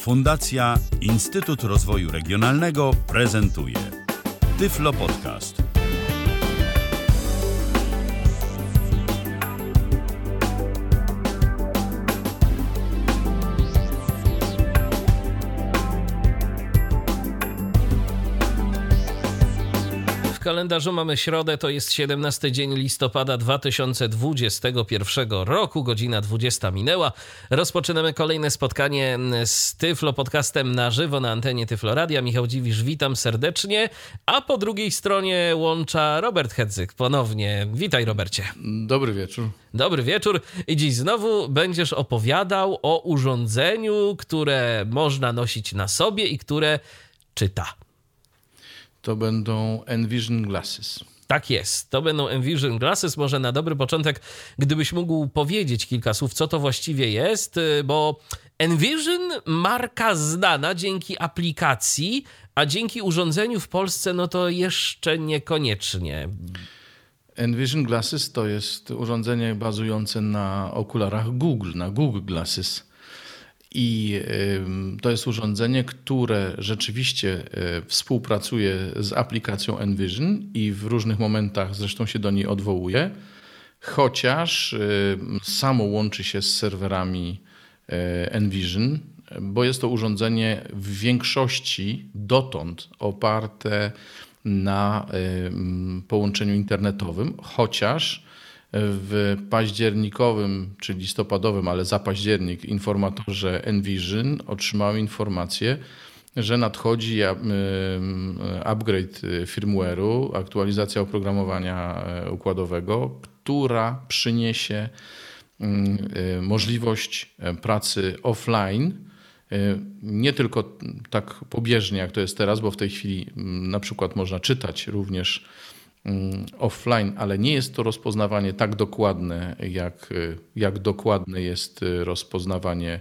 Fundacja Instytut Rozwoju Regionalnego prezentuje Tyflo Podcast. W kalendarzu mamy środę, to jest 17 dzień listopada 2021 roku, godzina 20 minęła. Rozpoczynamy kolejne spotkanie z Tyflo Podcastem na żywo na antenie Tyflo Radia. Michał Dziwisz, witam serdecznie, a po drugiej stronie łącza Robert Hedzyk ponownie. Witaj, Robercie. Dobry wieczór. Dobry wieczór. I dziś znowu będziesz opowiadał o urządzeniu, które można nosić na sobie i które czyta. To będą Envision Glasses. Tak jest, to będą Envision Glasses. Może na dobry początek, gdybyś mógł powiedzieć kilka słów, co to właściwie jest, bo Envision marka znana dzięki aplikacji, a dzięki urządzeniu w Polsce no to jeszcze niekoniecznie. Envision Glasses to jest urządzenie bazujące na okularach Google, na Google Glasses. I to jest urządzenie, które rzeczywiście współpracuje z aplikacją Envision i w różnych momentach zresztą się do niej odwołuje, chociaż samo łączy się z serwerami Envision, bo jest to urządzenie w większości dotąd oparte na połączeniu internetowym, chociaż w październikowym czy listopadowym, ale za październik informatorze Envision otrzymałem informację, że nadchodzi upgrade firmware'u, aktualizacja oprogramowania układowego, która przyniesie możliwość pracy offline, nie tylko tak pobieżnie jak to jest teraz, bo w tej chwili na przykład można czytać również offline, ale nie jest to rozpoznawanie tak dokładne, jak dokładne jest rozpoznawanie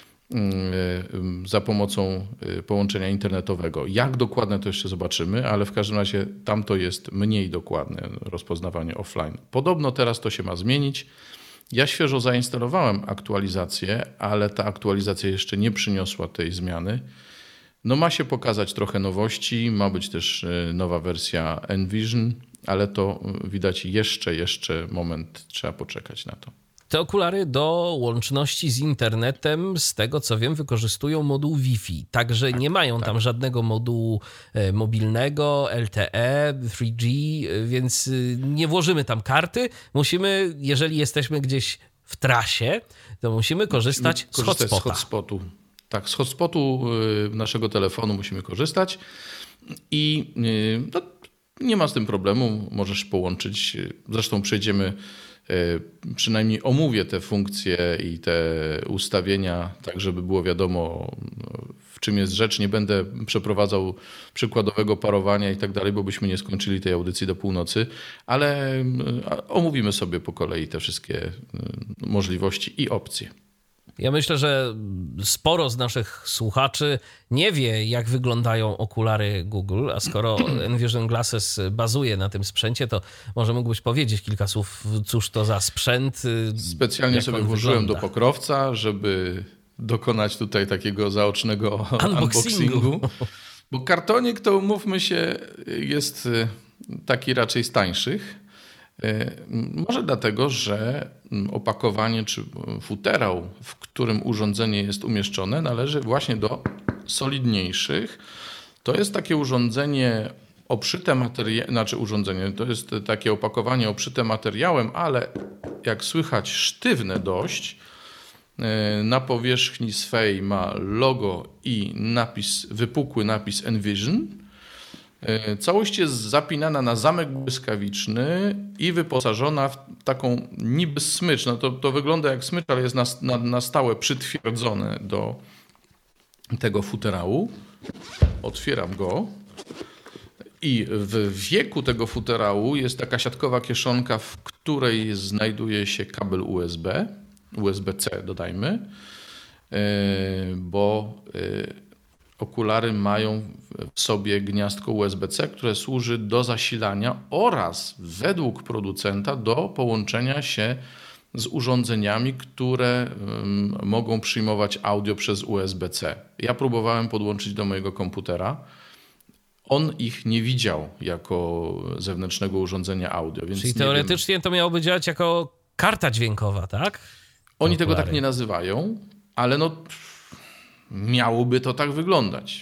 za pomocą połączenia internetowego. Jak dokładne to jeszcze zobaczymy, ale w każdym razie tam to jest mniej dokładne rozpoznawanie offline. Podobno teraz to się ma zmienić. Ja świeżo zainstalowałem aktualizację, ale ta aktualizacja jeszcze nie przyniosła tej zmiany. No ma się pokazać trochę nowości, ma być też nowa wersja Envision, ale to widać jeszcze moment, trzeba poczekać na to. Te okulary do łączności z internetem, z tego co wiem, wykorzystują moduł Wi-Fi, także nie mają tam żadnego modułu mobilnego, LTE, 3G, więc nie włożymy tam karty. Musimy, jeżeli jesteśmy gdzieś w trasie, to musimy korzystać z hotspotu. Tak, z hotspotu naszego telefonu musimy korzystać i no, nie ma z tym problemu, możesz połączyć. Zresztą przejdziemy, przynajmniej omówię te funkcje i te ustawienia, tak żeby było wiadomo, w czym jest rzecz. Nie będę przeprowadzał przykładowego parowania i tak dalej, bo byśmy nie skończyli tej audycji do północy, ale omówimy sobie po kolei te wszystkie możliwości i opcje. Ja myślę, że sporo z naszych słuchaczy nie wie, jak wyglądają okulary Google, a skoro Envision Glasses bazuje na tym sprzęcie, to może mógłbyś powiedzieć kilka słów, cóż to za sprzęt. Specjalnie sobie włożyłem do pokrowca, żeby dokonać tutaj takiego zaocznego unboxingu. Bo kartonik, to umówmy się, jest taki raczej z tańszych. Może dlatego, że opakowanie czy futerał, w którym urządzenie jest umieszczone, należy właśnie do solidniejszych. To jest takie urządzenie obszyte to jest takie opakowanie obszyte materiałem, ale jak słychać sztywne dość. Na powierzchni swej ma logo i wypukły napis Envision. Całość jest zapinana na zamek błyskawiczny i wyposażona w taką niby smycz. No to wygląda jak smycz, ale jest na stałe przytwierdzone do tego futerału. Otwieram go i w wieku tego futerału jest taka siatkowa kieszonka, w której znajduje się kabel USB-C dodajmy, bo okulary mają w sobie gniazdko USB-C, które służy do zasilania oraz według producenta do połączenia się z urządzeniami, które mogą przyjmować audio przez USB-C. Ja próbowałem podłączyć do mojego komputera. On ich nie widział jako zewnętrznego urządzenia audio. Więc czyli teoretycznie to miałoby działać jako karta dźwiękowa, tak? Oni tego tak nie nazywają, ale no miałoby to tak wyglądać.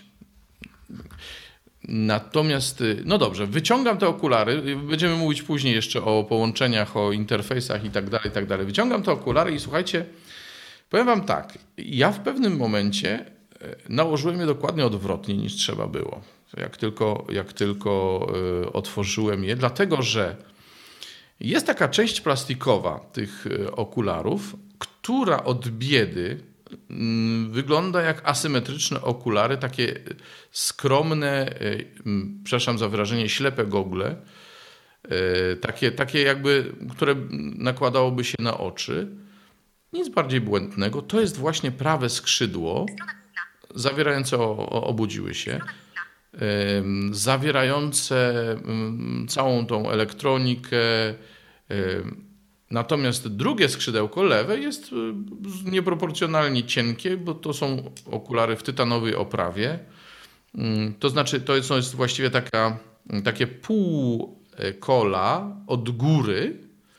Natomiast, no dobrze, wyciągam te okulary, będziemy mówić później jeszcze o połączeniach, o interfejsach i tak dalej. Wyciągam te okulary i słuchajcie, powiem wam tak, ja w pewnym momencie nałożyłem je dokładnie odwrotnie niż trzeba było, jak tylko otworzyłem je, dlatego że jest taka część plastikowa tych okularów, która od biedy wygląda jak asymetryczne okulary, takie skromne, przepraszam za wyrażenie, ślepe gogle, takie jakby, które nakładałoby się na oczy. Nic bardziej błędnego. To jest właśnie prawe skrzydło, zawierające, obudziły się, zawierające całą tą elektronikę. Natomiast drugie skrzydełko, lewe, jest nieproporcjonalnie cienkie, bo to są okulary w tytanowej oprawie. To znaczy, to jest właściwie takie półkola od góry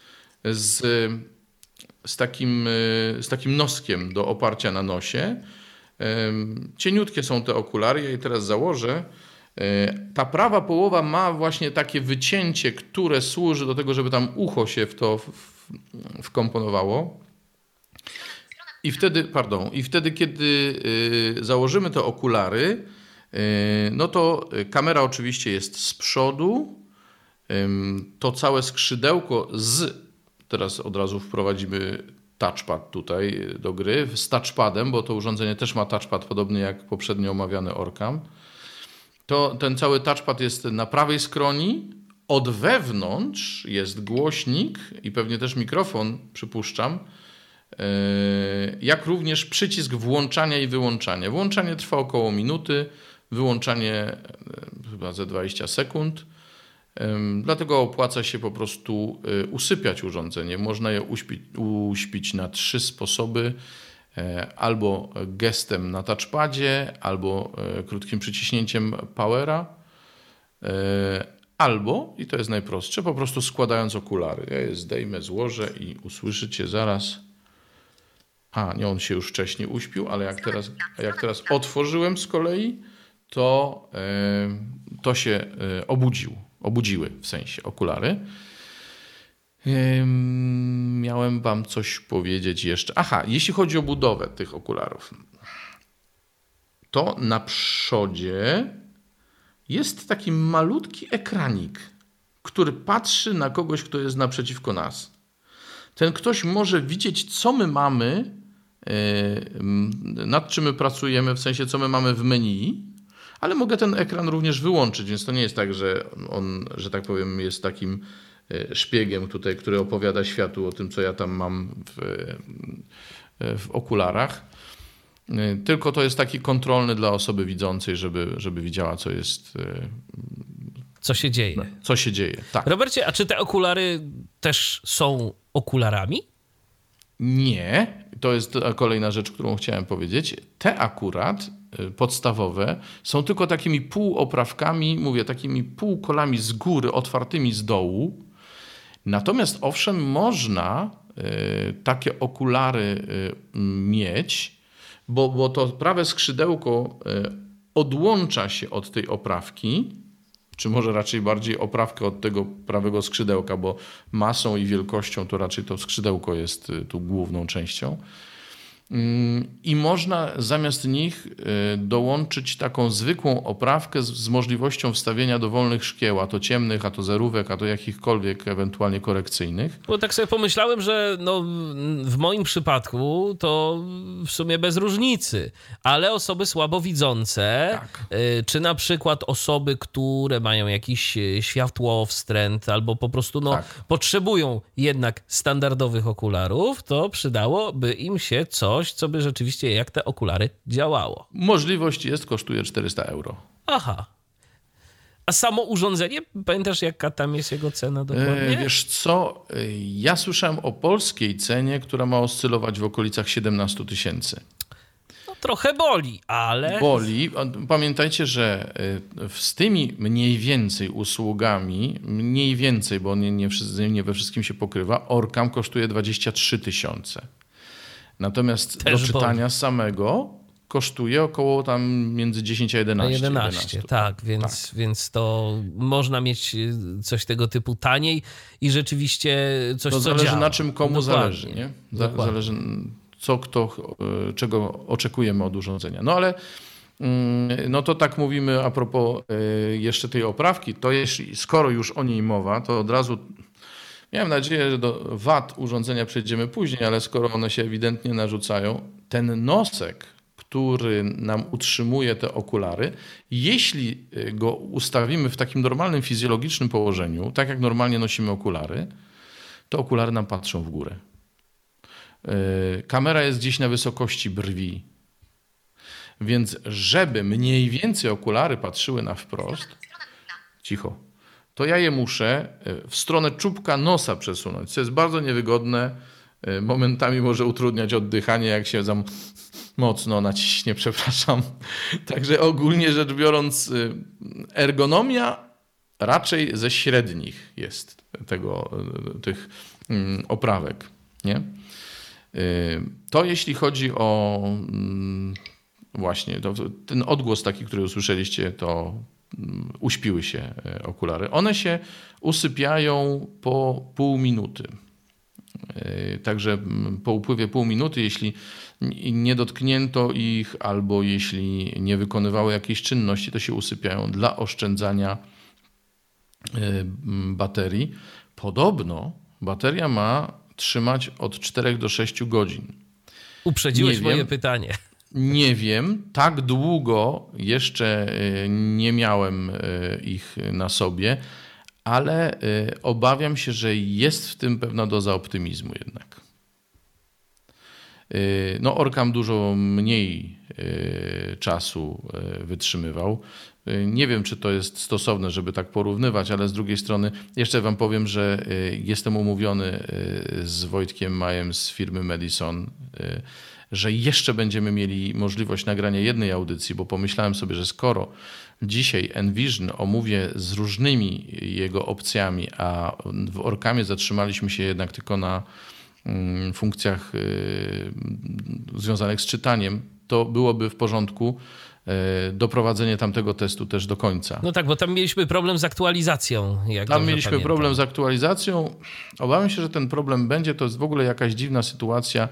z takim noskiem do oparcia na nosie. Cieniutkie są te okulary, ja je teraz założę. Ta prawa połowa ma właśnie takie wycięcie, które służy do tego, żeby tam ucho się w to wkomponowało. I wtedy, kiedy założymy te okulary, no to kamera oczywiście jest z przodu. To całe skrzydełko teraz od razu wprowadzimy touchpad tutaj do gry, z touchpadem, bo to urządzenie też ma touchpad, podobnie jak poprzednio omawiany Orcam. Ten cały touchpad jest na prawej skroni. Od wewnątrz jest głośnik i pewnie też mikrofon, przypuszczam, jak również przycisk włączania i wyłączania. Włączanie trwa około minuty, wyłączanie chyba ze 20 sekund. Dlatego opłaca się po prostu usypiać urządzenie. Można je uśpić na 3 sposoby. Albo gestem na touchpadzie, albo krótkim przyciśnięciem powera, albo, i to jest najprostsze, po prostu składając okulary. Ja je zdejmę, złożę i usłyszycie zaraz. Nie, on się już wcześniej uśpił, ale jak teraz otworzyłem z kolei, to się obudziły w sensie okulary. Miałem wam coś powiedzieć jeszcze. Jeśli chodzi o budowę tych okularów, to na przodzie jest taki malutki ekranik, który patrzy na kogoś, kto jest naprzeciwko nas. Ten ktoś może widzieć, co my mamy, nad czym my pracujemy, w sensie, co my mamy w menu, ale mogę ten ekran również wyłączyć, więc to nie jest tak, że on, że tak powiem, jest takim szpiegiem tutaj, który opowiada światu o tym, co ja tam mam w okularach. Tylko to jest taki kontrolny dla osoby widzącej, żeby widziała, co jest... Co się dzieje. Co się dzieje, tak. Robercie, a czy te okulary też są okularami? Nie. To jest kolejna rzecz, którą chciałem powiedzieć. Te akurat podstawowe są tylko takimi półoprawkami, takimi półkolami z góry, otwartymi z dołu. Natomiast owszem, można takie okulary mieć, bo to prawe skrzydełko odłącza się od tej oprawki, czy może raczej bardziej oprawkę od tego prawego skrzydełka, bo masą i wielkością to raczej to skrzydełko jest tu główną częścią. I można zamiast nich dołączyć taką zwykłą oprawkę z możliwością wstawienia dowolnych szkieł, a to ciemnych, a to zerówek, a to jakichkolwiek ewentualnie korekcyjnych. Bo tak sobie pomyślałem, że w moim przypadku to w sumie bez różnicy, ale osoby słabowidzące, tak. Czy na przykład osoby, które mają jakiś światłowstręt albo po prostu potrzebują jednak standardowych okularów, to przydałoby im się coś, co by rzeczywiście jak te okulary działało. Możliwość jest, kosztuje 400 €. Aha. A samo urządzenie? Pamiętasz, jaka tam jest jego cena dokładnie? Wiesz co, ja słyszałem o polskiej cenie, która ma oscylować w okolicach 17 000. No trochę boli, ale... Boli. Pamiętajcie, że z tymi mniej więcej usługami, mniej więcej, bo nie we wszystkim się pokrywa, Orcam kosztuje 23 000. Natomiast Też do czytania samego kosztuje około tam między 10 a 11. 11, tak, więc to można mieć coś tego typu taniej i rzeczywiście coś, to co zależy działa. na czym komu Dokładnie. zależy, nie? Zależy co kto, czego oczekujemy od urządzenia. No ale no to tak mówimy a propos jeszcze tej oprawki, to skoro już o niej mowa, to od razu miałem nadzieję, że do wad urządzenia przejdziemy później, ale skoro one się ewidentnie narzucają, ten nosek, który nam utrzymuje te okulary, jeśli go ustawimy w takim normalnym fizjologicznym położeniu, tak jak normalnie nosimy okulary, to okulary nam patrzą w górę. Kamera jest gdzieś na wysokości brwi, więc żeby mniej więcej okulary patrzyły na wprost, cicho, to ja je muszę w stronę czubka nosa przesunąć, co jest bardzo niewygodne, momentami może utrudniać oddychanie, jak się mocno naciśnie, przepraszam. Także ogólnie rzecz biorąc, ergonomia raczej ze średnich jest tych oprawek, nie? To jeśli chodzi o właśnie ten odgłos taki, który usłyszeliście, to uśpiły się okulary. One się usypiają po pół minuty. Także po upływie pół minuty, jeśli nie dotknięto ich albo jeśli nie wykonywały jakiejś czynności, to się usypiają dla oszczędzania baterii. Podobno bateria ma trzymać od 4 do 6 godzin. Uprzedziłeś moje pytanie. Nie wiem, tak długo jeszcze nie miałem ich na sobie, ale obawiam się, że jest w tym pewna doza optymizmu jednak. No Orcam dużo mniej czasu wytrzymywał. Nie wiem, czy to jest stosowne, żeby tak porównywać, ale z drugiej strony jeszcze wam powiem, że jestem umówiony z Wojtkiem Majem z firmy Madison, że jeszcze będziemy mieli możliwość nagrania jednej audycji, bo pomyślałem sobie, że skoro dzisiaj Envision omówię z różnymi jego opcjami, a w Orcamie zatrzymaliśmy się jednak tylko na funkcjach związanych z czytaniem, to byłoby w porządku doprowadzenie tamtego testu też do końca. No tak, bo tam mieliśmy problem z aktualizacją. Tam mieliśmy problem z aktualizacją. Obawiam się, że ten problem będzie. To jest w ogóle jakaś dziwna sytuacja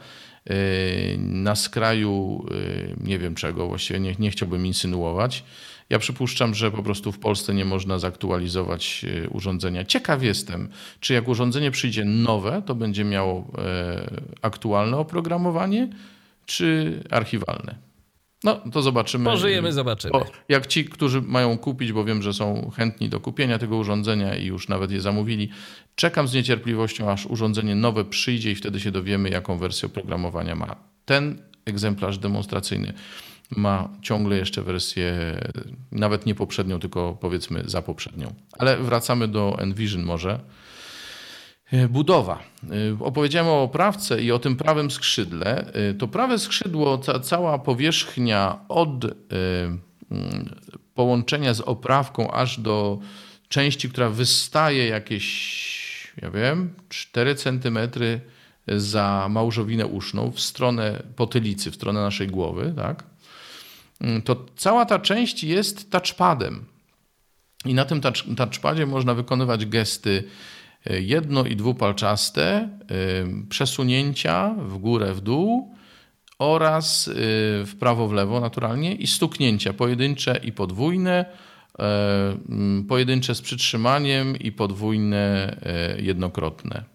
na skraju nie wiem czego. Właściwie nie chciałbym insynuować. Ja przypuszczam, że po prostu w Polsce nie można zaktualizować urządzenia. Ciekaw jestem, czy jak urządzenie przyjdzie nowe, to będzie miało aktualne oprogramowanie, czy archiwalne. No, to zobaczymy. Pożyjemy, zobaczymy. Jak ci, którzy mają kupić, bo wiem, że są chętni do kupienia tego urządzenia i już nawet je zamówili, czekam z niecierpliwością, aż urządzenie nowe przyjdzie i wtedy się dowiemy, jaką wersję oprogramowania ma. Ten egzemplarz demonstracyjny ma ciągle jeszcze wersję, nawet nie poprzednią, tylko powiedzmy za poprzednią. Ale wracamy do Envision może. Budowa. Opowiedziałem o oprawce i o tym prawym skrzydle. To prawe skrzydło, cała powierzchnia od połączenia z oprawką aż do części, która wystaje jakieś, 4 cm za małżowinę uszną w stronę potylicy, w stronę naszej głowy, tak? To cała ta część jest touchpadem. I na tym touchpadzie można wykonywać gesty jedno- i dwupalczaste, przesunięcia w górę, w dół oraz w prawo, w lewo naturalnie i stuknięcia pojedyncze i podwójne, pojedyncze z przytrzymaniem i podwójne jednokrotne.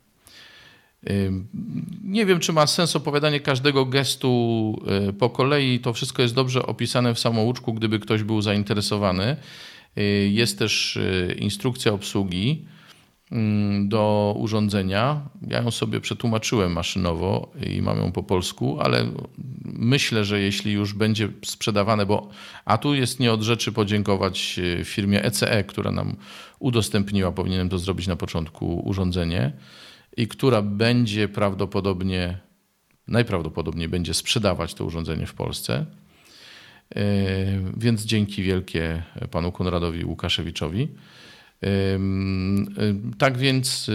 Nie wiem, czy ma sens opowiadanie każdego gestu po kolei. To wszystko jest dobrze opisane w samouczku, gdyby ktoś był zainteresowany. Jest też instrukcja obsługi. do urządzenia. Ja ją sobie przetłumaczyłem maszynowo i mam ją po polsku, ale myślę, że jeśli już będzie sprzedawane, a tu jest nie od rzeczy podziękować firmie ECE, która nam udostępniła, powinienem to zrobić na początku, urządzenie i która będzie najprawdopodobniej będzie sprzedawać to urządzenie w Polsce. Więc dzięki wielkie panu Konradowi Łukaszewiczowi. Tak więc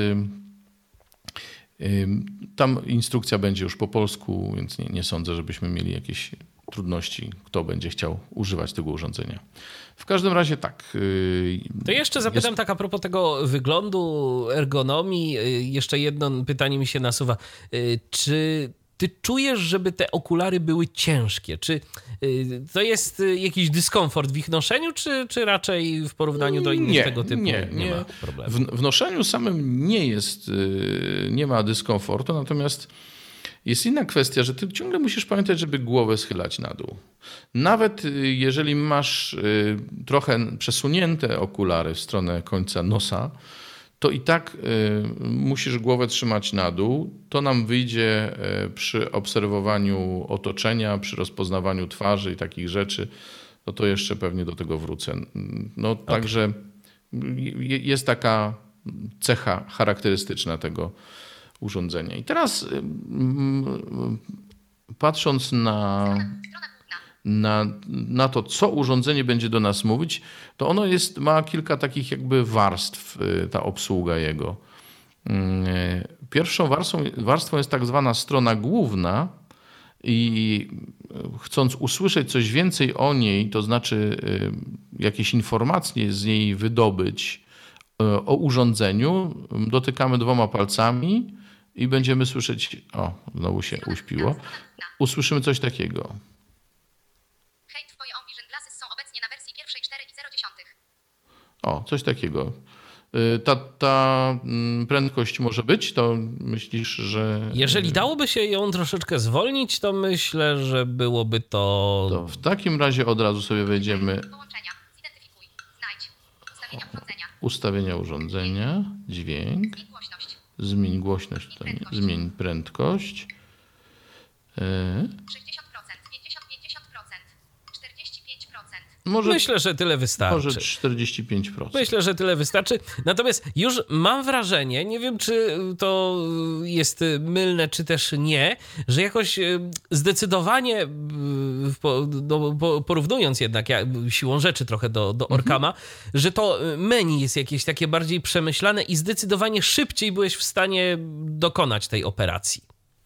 tam instrukcja będzie już po polsku, więc nie sądzę, żebyśmy mieli jakieś trudności, kto będzie chciał używać tego urządzenia. W każdym razie tak. To jeszcze zapytam tak a propos tego wyglądu, ergonomii. Jeszcze jedno pytanie mi się nasuwa. Czy ty czujesz, żeby te okulary były ciężkie? Czy to jest jakiś dyskomfort w ich noszeniu, czy raczej w porównaniu do innych tego typu nie ma problemu? W noszeniu samym nie ma dyskomfortu, natomiast jest inna kwestia, że ty ciągle musisz pamiętać, żeby głowę schylać na dół. Nawet jeżeli masz trochę przesunięte okulary w stronę końca nosa, to i tak musisz głowę trzymać na dół. To nam wyjdzie przy obserwowaniu otoczenia, przy rozpoznawaniu twarzy i takich rzeczy. To jeszcze pewnie do tego wrócę. Także jest taka cecha charakterystyczna tego urządzenia. I teraz patrząc na to, co urządzenie będzie do nas mówić, to ono ma kilka takich jakby warstw, ta obsługa jego. Pierwszą warstwą jest tak zwana strona główna i chcąc usłyszeć coś więcej o niej, to znaczy jakieś informacje z niej wydobyć o urządzeniu, dotykamy 2 palcami i będziemy słyszeć, znowu się uśpiło, usłyszymy coś takiego. Coś takiego. Ta prędkość może być, to myślisz, że... Jeżeli dałoby się ją troszeczkę zwolnić, to myślę, że byłoby to w takim razie od razu sobie wejdziemy... Ustawienia urządzenia, dźwięk, zmień głośność, zmień prędkość. 60%, 50%, 45%. Myślę, że tyle wystarczy. Może 45%. Myślę, że tyle wystarczy. Natomiast już mam wrażenie, nie wiem, czy to jest mylne, czy też nie, że jakoś zdecydowanie, porównując jednak siłą rzeczy trochę do Orkama, że to menu jest jakieś takie bardziej przemyślane i zdecydowanie szybciej byłeś w stanie dokonać tej operacji.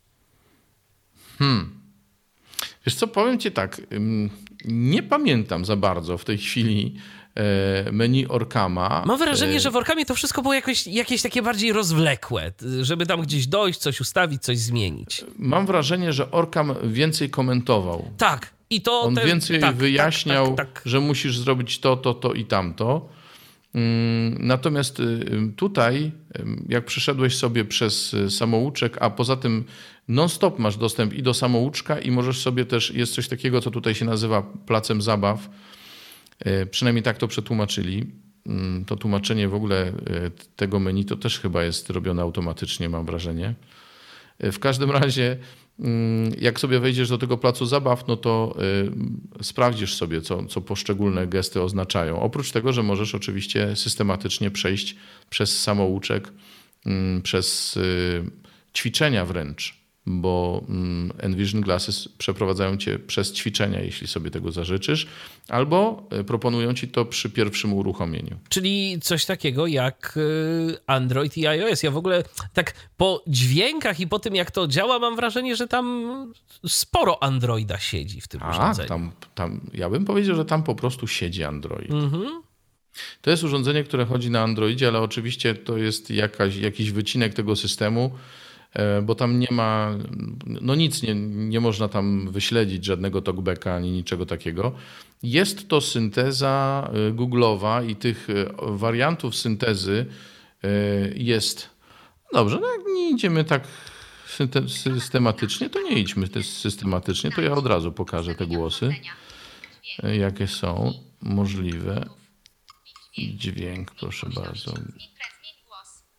Wiesz co, powiem ci tak, nie pamiętam za bardzo w tej chwili menu Orkama. Mam wrażenie, że w Orkamie to wszystko było jakieś takie bardziej rozwlekłe, żeby tam gdzieś dojść, coś ustawić, coś zmienić. Mam wrażenie, że Orkam więcej komentował. Tak. I to on więcej wyjaśniał, że musisz zrobić to i tamto. Natomiast tutaj, jak przeszedłeś sobie przez samouczek, a poza tym non-stop masz dostęp i do samouczka i możesz sobie też, jest coś takiego, co tutaj się nazywa placem zabaw. Przynajmniej tak to przetłumaczyli. To tłumaczenie w ogóle tego menu to też chyba jest robione automatycznie, mam wrażenie. W każdym razie, jak sobie wejdziesz do tego placu zabaw, no to sprawdzisz sobie, co poszczególne gesty oznaczają. Oprócz tego, że możesz oczywiście systematycznie przejść przez samouczek, przez ćwiczenia wręcz, bo Envision Glasses przeprowadzają cię przez ćwiczenia, jeśli sobie tego zażyczysz, albo proponują ci to przy pierwszym uruchomieniu. Czyli coś takiego jak Android i iOS. Ja w ogóle tak po dźwiękach i po tym, jak to działa, mam wrażenie, że tam sporo Androida siedzi w tym urządzeniu. Ja bym powiedział, że tam po prostu siedzi Android. To jest urządzenie, które chodzi na Androidzie, ale oczywiście to jest jakiś wycinek tego systemu, bo tam nie ma, nic nie można tam wyśledzić, żadnego talkbacka ani niczego takiego. Jest to synteza Google'owa i tych wariantów syntezy jest. Dobrze, jak nie idziemy tak systematycznie, to nie idźmy systematycznie, to ja od razu pokażę te głosy, jakie są możliwe. Dźwięk, proszę bardzo.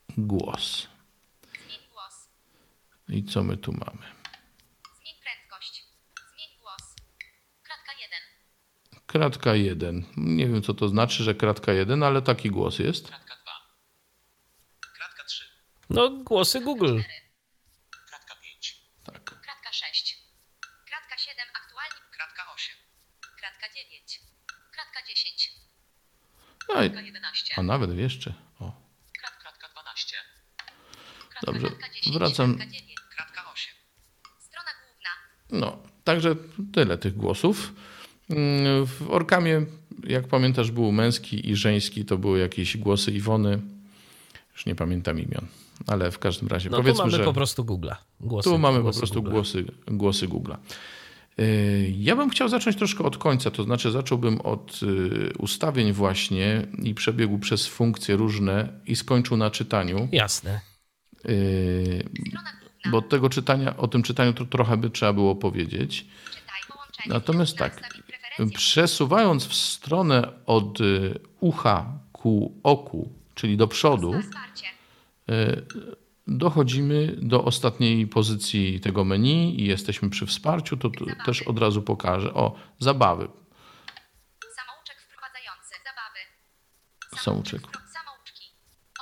głos. Zmień głos. I co my tu mamy? Zmień prędkość. Zmień głos. Kratka 1. Kratka 1. Nie wiem, co to znaczy, że kratka 1, ale taki głos jest. Kratka 2. Kratka 3. No, głosy Google. Kratka 5. Tak. Kratka 6. Kratka 7. Aktualnie. Kratka 8. Kratka 9. Kratka 10. No i, Kratka 11. a nawet jeszcze. O. Kratka 12. Kratka Dobrze, kratka 10. wracam. Kratka 9. Kratka 8. Strona główna. No, także tyle tych głosów. W Orkamie, jak pamiętasz, był męski i żeński, to były jakieś głosy Iwony. Już nie pamiętam imion, ale w każdym razie No powiedzmy, tu mamy że po prostu Google'a. tu mamy po Google'a. prostu głosy Google'a. Ja bym chciał zacząć troszkę od końca, to znaczy zacząłbym od ustawień właśnie i przebiegł przez funkcje różne i skończył na czytaniu. Jasne. Strona główna. Bo o tym czytaniu to trochę by trzeba było powiedzieć. Czytaj połączenie. Natomiast tak, Ustawić preferencje. przesuwając w stronę od ucha ku oku, czyli do przodu, Wsparcie. dochodzimy do ostatniej pozycji tego menu i jesteśmy przy wsparciu, to tu też od razu pokażę. O, zabawy. Samouczek wprowadzający. Zabawy. Samouczek. Samouczki. O.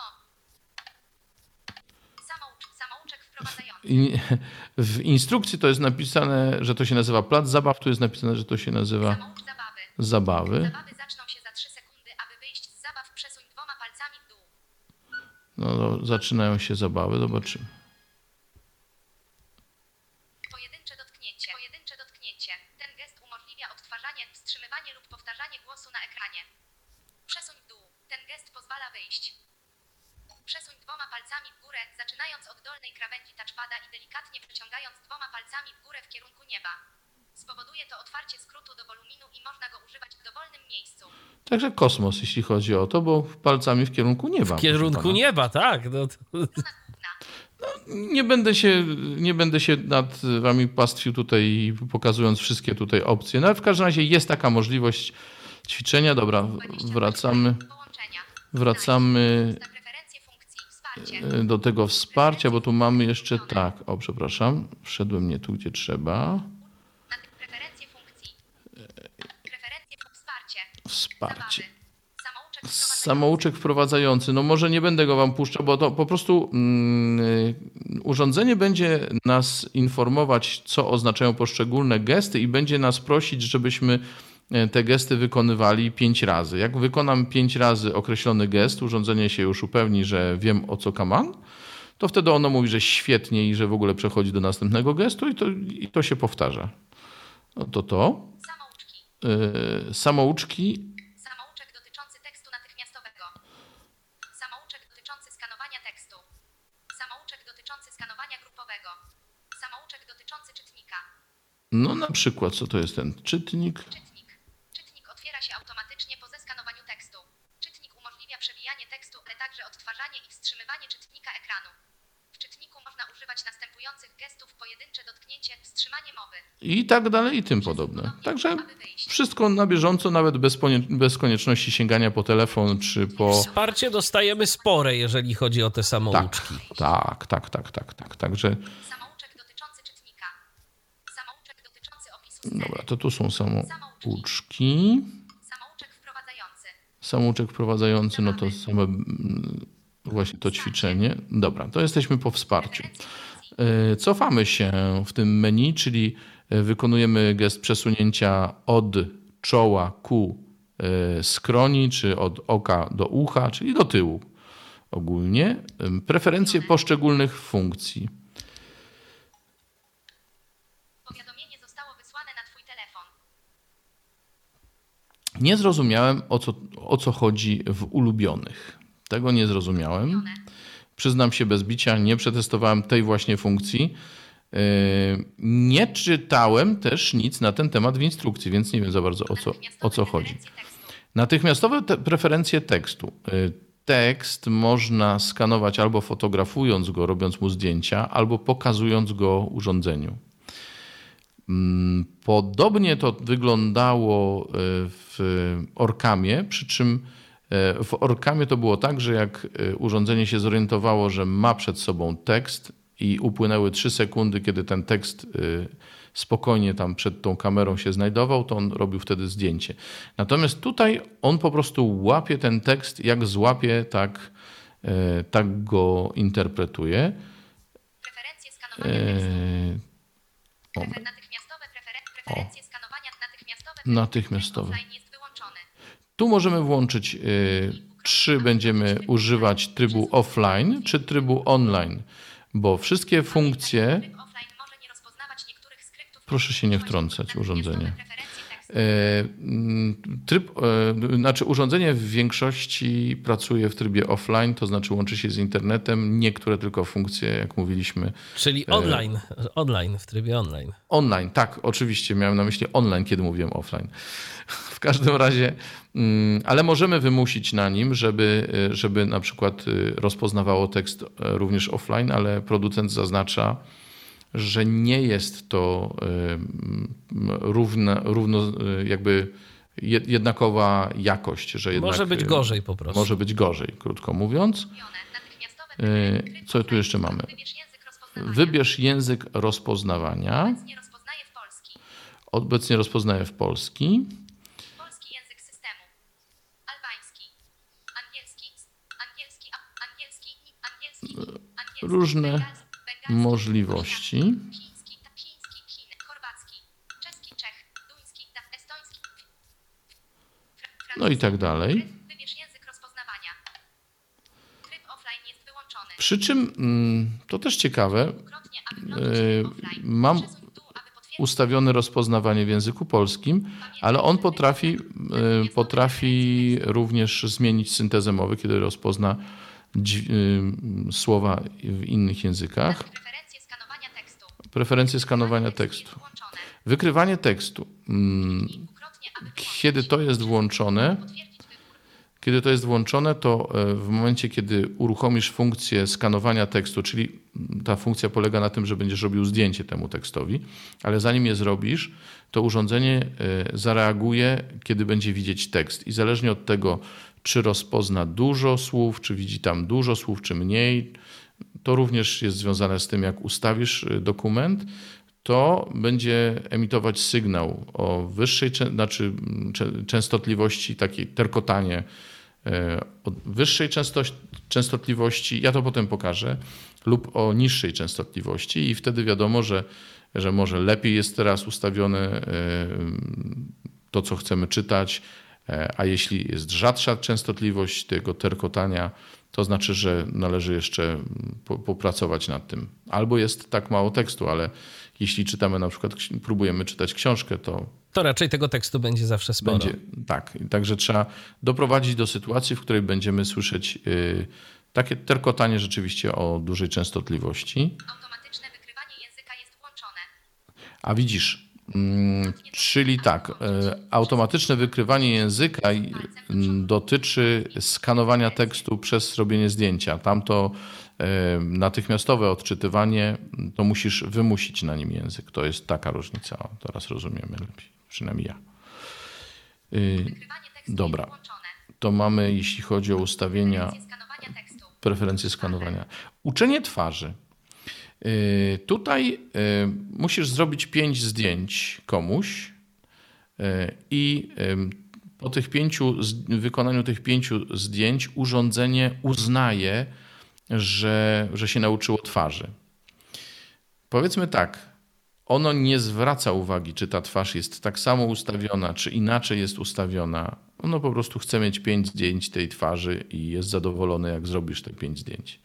Samouczek wprowadzający. I w instrukcji to jest napisane, że to się nazywa plac zabaw, tu jest napisane, że to się nazywa Samoucz zabawy. zabawy. Zabawy zaczną się za 3 sekundy. Aby wyjść z zabaw, przesuń 2 palcami w dół. No, zaczynają się zabawy, zobaczymy. Pojedyncze dotknięcie. Pojedyncze dotknięcie. Ten gest umożliwia odtwarzanie, wstrzymywanie lub powtarzanie głosu na ekranie. Przesuń w dół. Ten gest pozwala wyjść. Przesuń 2 palcami w górę, zaczynając od dolnej krawędzi touchpada i delikatnie przeciągając 2 palcami w górę w kierunku nieba. Spowoduje to otwarcie skrótu do woluminu i można go używać w dowolnym miejscu. Także kosmos, jeśli chodzi o to, bo palcami w kierunku nieba. W kierunku nieba, tak. No, Strona główna. Nie będę się nad wami pastwił tutaj, pokazując wszystkie tutaj opcje. No ale w każdym razie jest taka możliwość ćwiczenia. Dobra, 20. wracamy Połączenia. Na preferencje funkcji. Wsparcie. do tego wsparcia, bo tu mamy jeszcze tak. O, przepraszam, wszedłem nie tu, gdzie trzeba. Na tych preferencje funkcji. Preferencje wsparcie. Wsparcie. Zabawy. Samouczek wprowadzający. Samouczek wprowadzający. No może nie będę go wam puszczał, bo to po prostu urządzenie będzie nas informować, co oznaczają poszczególne gesty i będzie nas prosić, żebyśmy te gesty wykonywali 5 razy. Jak wykonam 5 razy określony gest, urządzenie się już upewni, że wiem, o co kaman, to wtedy ono mówi, że świetnie i że w ogóle przechodzi do następnego gestu i to się powtarza. No to. Samouczki. Samouczki. Samouczek dotyczący tekstu natychmiastowego. Samouczek dotyczący skanowania tekstu. Samouczek dotyczący skanowania grupowego. Samouczek dotyczący czytnika. No na przykład, co to jest ten czytnik? Czytnik. Czytnik otwiera się automatycznie po zeskanowaniu tekstu. Czytnik umożliwia przewijanie tekstu, ale także odtwarzanie i wstrzymywanie czytnika ekranu. W czytniku można używać następujących gestów: pojedyncze dotknięcie, wstrzymanie mowy. I tak dalej i tym podobne. Także wszystko na bieżąco, nawet bez konieczności sięgania po telefon czy po... wsparcie dostajemy spore, jeżeli chodzi o te Tak, samouczki. tak. Także Samouczek dotyczący czytnika. Samouczek dotyczący opisu sceny. dobra, to tu są samouczki. Samouczek wprowadzający. Samouczek wprowadzający, no to same właśnie to ćwiczenie. Dobra, to jesteśmy po wsparciu. Cofamy się w tym menu, czyli wykonujemy gest przesunięcia od czoła ku skroni, czy od oka do ucha, czyli do tyłu ogólnie. Preferencje poszczególnych funkcji. Powiadomienie zostało wysłane na twój telefon. Nie zrozumiałem, o co chodzi w ulubionych. Tego nie zrozumiałem. Przyznam się bez bicia, nie przetestowałem tej właśnie funkcji. Nie czytałem też nic na ten temat w instrukcji, więc nie wiem za bardzo o co chodzi. Natychmiastowe preferencje tekstu. Tekst można skanować albo fotografując go, robiąc mu zdjęcia, albo pokazując go urządzeniu. Podobnie to wyglądało w Orkamie, przy czym W Orkamie to było tak, że jak urządzenie się zorientowało, że ma przed sobą tekst i upłynęły 3 sekundy, kiedy ten tekst spokojnie tam przed tą kamerą się znajdował, to on robił wtedy zdjęcie. Natomiast tutaj on po prostu łapie ten tekst, jak złapie, tak go interpretuje. Preferencje skanowania tekstu. Natychmiastowe preferencje skanowania Natychmiastowe. Offline jest wyłączony. Tu możemy włączyć, czy będziemy używać trybu offline, czy trybu online, bo wszystkie funkcje... Tryb offline może nie rozpoznawać niektórych skryptów. Proszę się nie wtrącać, urządzenie. Preferencje tekstu. Urządzenie w większości pracuje w trybie offline, to znaczy łączy się z internetem, niektóre tylko funkcje, jak mówiliśmy. Czyli online, w trybie online. Online, tak, oczywiście, miałem na myśli online, kiedy mówiłem offline. W każdym razie, ale możemy wymusić na nim, żeby na przykład rozpoznawało tekst również offline, ale producent zaznacza, że nie jest to równo jakby jednakowa jakość, że jednak może być gorzej po prostu. Może być gorzej, krótko mówiąc. Co tu jeszcze mamy? Wybierz język rozpoznawania. Obecnie rozpoznaje w polski. Obecnie rozpoznaje w polski. Polski język systemu. Albański. Angielski. Różne możliwości. Chiński, Chiny, chorwacki, czeski, Czech, duński, estoński. No i tak dalej. Wybierz język rozpoznawania. Tryb offline jest wyłączony. Przy czym, to też ciekawe, mam ustawione rozpoznawanie w języku polskim, ale on potrafi również zmienić syntezę mowy, kiedy rozpozna słowa w innych językach. Preferencje skanowania tekstu. Wykrywanie tekstu. Kiedy to jest włączone, to w momencie, kiedy uruchomisz funkcję skanowania tekstu, czyli ta funkcja polega na tym, że będziesz robił zdjęcie temu tekstowi, ale zanim je zrobisz, to urządzenie zareaguje, kiedy będzie widzieć tekst. I zależnie od tego, czy rozpozna dużo słów, czy widzi tam dużo słów, czy mniej, to również jest związane z tym, jak ustawisz dokument, to będzie emitować sygnał o wyższej, częstotliwości, takiej terkotanie o wyższej częstotliwości, ja to potem pokażę, lub o niższej częstotliwości i wtedy wiadomo, że może lepiej jest teraz ustawione to, co chcemy czytać, a jeśli jest rzadsza częstotliwość tego terkotania, to znaczy, że należy jeszcze popracować nad tym. Albo jest tak mało tekstu, ale jeśli czytamy na przykład, próbujemy czytać książkę, to raczej tego tekstu będzie zawsze sporo. Tak, także trzeba doprowadzić do sytuacji, w której będziemy słyszeć takie terkotanie rzeczywiście o dużej częstotliwości. Automatyczne wykrywanie języka jest włączone. A widzisz, czyli tak, automatyczne wykrywanie języka dotyczy skanowania tekstu przez robienie zdjęcia. Tamto natychmiastowe odczytywanie, to musisz wymusić na nim język. To jest taka różnica. O, teraz rozumiemy lepiej, przynajmniej ja. Dobra, to mamy, jeśli chodzi o ustawienia, preferencje skanowania. Uczenie twarzy. Tutaj musisz zrobić 5 zdjęć komuś i po wykonaniu tych 5 zdjęć urządzenie uznaje, że się nauczyło twarzy. Powiedzmy tak, ono nie zwraca uwagi, czy ta twarz jest tak samo ustawiona, czy inaczej jest ustawiona. Ono po prostu chce mieć 5 zdjęć tej twarzy i jest zadowolone, jak zrobisz te 5 zdjęć.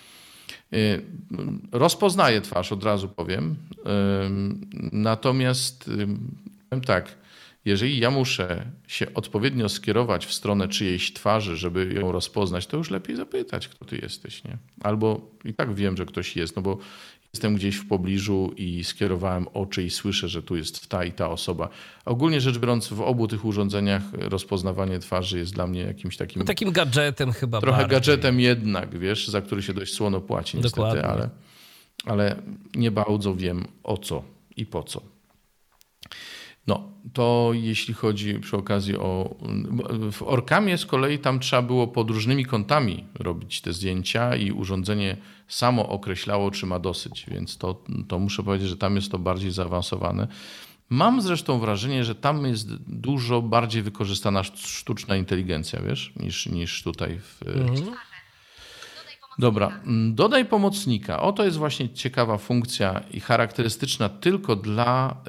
Rozpoznaje twarz, od razu powiem. Natomiast powiem tak, jeżeli ja muszę się odpowiednio skierować w stronę czyjejś twarzy, żeby ją rozpoznać, to już lepiej zapytać, kto ty jesteś, nie? Albo i tak wiem, że ktoś jest, no bo jestem gdzieś w pobliżu i skierowałem oczy i słyszę, że tu jest ta i ta osoba. Ogólnie rzecz biorąc, w obu tych urządzeniach rozpoznawanie twarzy jest dla mnie jakimś takim... No takim gadżetem chyba trochę bardziej. gadżetem jednak, wiesz, za który się dość słono płaci niestety, ale nie bardzo wiem o co i po co. No, to jeśli chodzi przy okazji o... W Orkamie z kolei tam trzeba było pod różnymi kątami robić te zdjęcia i urządzenie samo określało, czy ma dosyć, więc to muszę powiedzieć, że tam jest to bardziej zaawansowane. Mam zresztą wrażenie, że tam jest dużo bardziej wykorzystana sztuczna inteligencja, wiesz, niż tutaj w... Dobra, dodaj pomocnika. Oto jest właśnie ciekawa funkcja i charakterystyczna tylko dla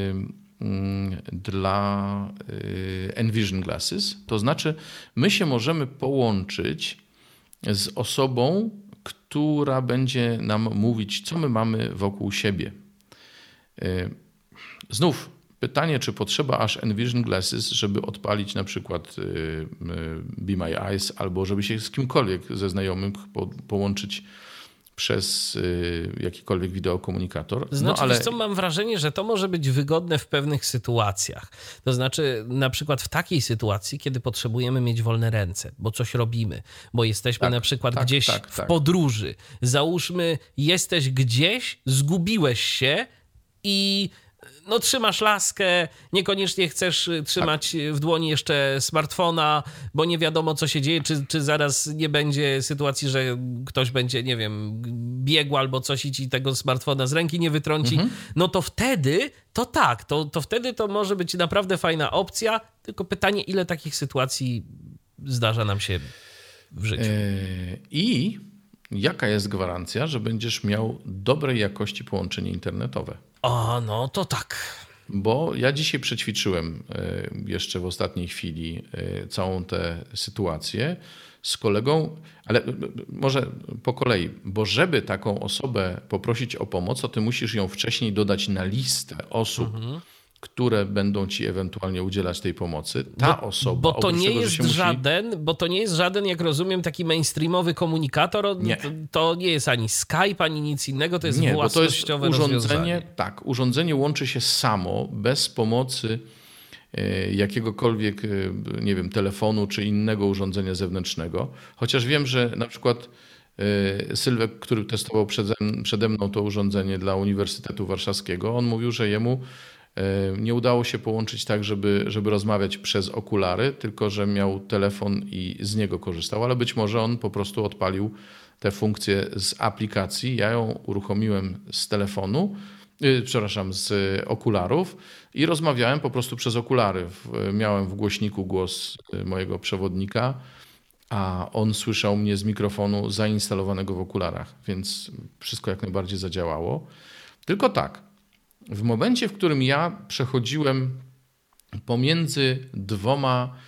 Envision Glasses. To znaczy, my się możemy połączyć z osobą, która będzie nam mówić, co my mamy wokół siebie. Znów pytanie, czy potrzeba aż Envision Glasses, żeby odpalić na przykład Be My Eyes, albo żeby się z kimkolwiek ze znajomych połączyć przez jakikolwiek wideokomunikator. Znaczy, wiesz co, mam wrażenie, że to może być wygodne w pewnych sytuacjach. To znaczy na przykład w takiej sytuacji, kiedy potrzebujemy mieć wolne ręce, bo coś robimy, bo jesteśmy na przykład gdzieś w podróży. Załóżmy, jesteś gdzieś, zgubiłeś się i trzymasz laskę, niekoniecznie chcesz trzymać w dłoni jeszcze smartfona, bo nie wiadomo, co się dzieje, czy zaraz nie będzie sytuacji, że ktoś będzie, nie wiem, biegł albo coś i ci tego smartfona z ręki nie wytrąci, no to wtedy, to wtedy to może być naprawdę fajna opcja, tylko pytanie, ile takich sytuacji zdarza nam się w życiu. I jaka jest gwarancja, że będziesz miał dobrej jakości połączenie internetowe? No to tak. Bo ja dzisiaj przećwiczyłem jeszcze w ostatniej chwili całą tę sytuację z kolegą, ale może po kolei, bo żeby taką osobę poprosić o pomoc, to ty musisz ją wcześniej dodać na listę osób, które będą ci ewentualnie udzielać tej pomocy. Ta osoba... Bo to nie jest żaden, jak rozumiem, taki mainstreamowy komunikator. Nie. To nie jest ani Skype, ani nic innego, to jest własnościowe rozwiązanie. Tak, urządzenie łączy się samo, bez pomocy jakiegokolwiek, nie wiem, telefonu czy innego urządzenia zewnętrznego. Chociaż wiem, że na przykład Sylwek, który testował przede mną to urządzenie dla Uniwersytetu Warszawskiego, on mówił, że jemu nie udało się połączyć tak, żeby rozmawiać przez okulary, tylko że miał telefon i z niego korzystał, ale być może on po prostu odpalił tę funkcję z aplikacji. Ja ją uruchomiłem z telefonu, z okularów i rozmawiałem po prostu przez okulary. Miałem w głośniku głos mojego przewodnika, a on słyszał mnie z mikrofonu zainstalowanego w okularach, więc wszystko jak najbardziej zadziałało. Tylko tak, w momencie, w którym ja przechodziłem pomiędzy dwoma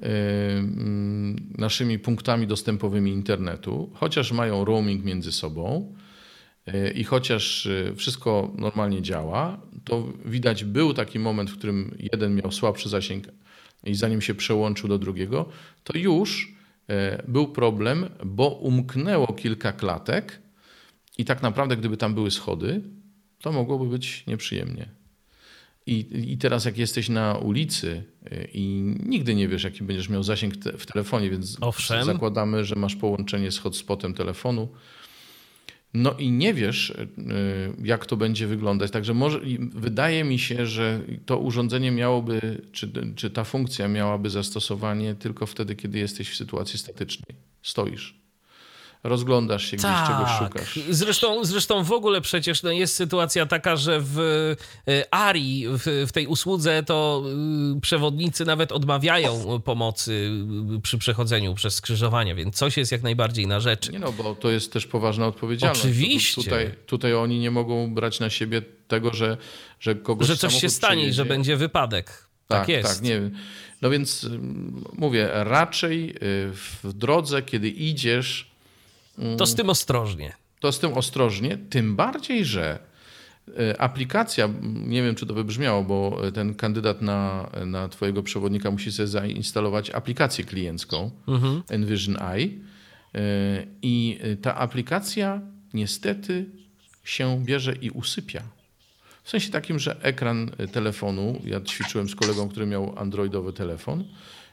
naszymi punktami dostępowymi internetu, chociaż mają roaming między sobą i chociaż wszystko normalnie działa, to widać, był taki moment, w którym jeden miał słabszy zasięg i zanim się przełączył do drugiego, to już był problem, bo umknęło kilka klatek i tak naprawdę, gdyby tam były schody, to mogłoby być nieprzyjemnie. I teraz jak jesteś na ulicy i nigdy nie wiesz, jaki będziesz miał zasięg w telefonie, więc zakładamy, że masz połączenie z hotspotem telefonu. No i nie wiesz, jak to będzie wyglądać. Także wydaje mi się, że to urządzenie miałoby, czy ta funkcja miałaby zastosowanie tylko wtedy, kiedy jesteś w sytuacji statycznej. Stoisz. Rozglądasz się gdzieś, czegoś szukasz. Zresztą w ogóle przecież jest sytuacja taka, że w Arii, w tej usłudze, to przewodnicy nawet odmawiają pomocy przy przechodzeniu przez skrzyżowania, więc coś jest jak najbardziej na rzeczy. Nie bo to jest też poważna odpowiedzialność. Oczywiście. Tutaj oni nie mogą brać na siebie tego, że kogoś że coś się stanie i że będzie wypadek. Tak jest. Tak, nie wiem. No więc mówię, raczej w drodze, kiedy idziesz, to z tym ostrożnie. Tym bardziej, że aplikacja, nie wiem, czy to wybrzmiało, bo ten kandydat na twojego przewodnika musi sobie zainstalować aplikację kliencką Envision Eye i ta aplikacja niestety się bierze i usypia. W sensie takim, że ekran telefonu, ja ćwiczyłem z kolegą, który miał androidowy telefon,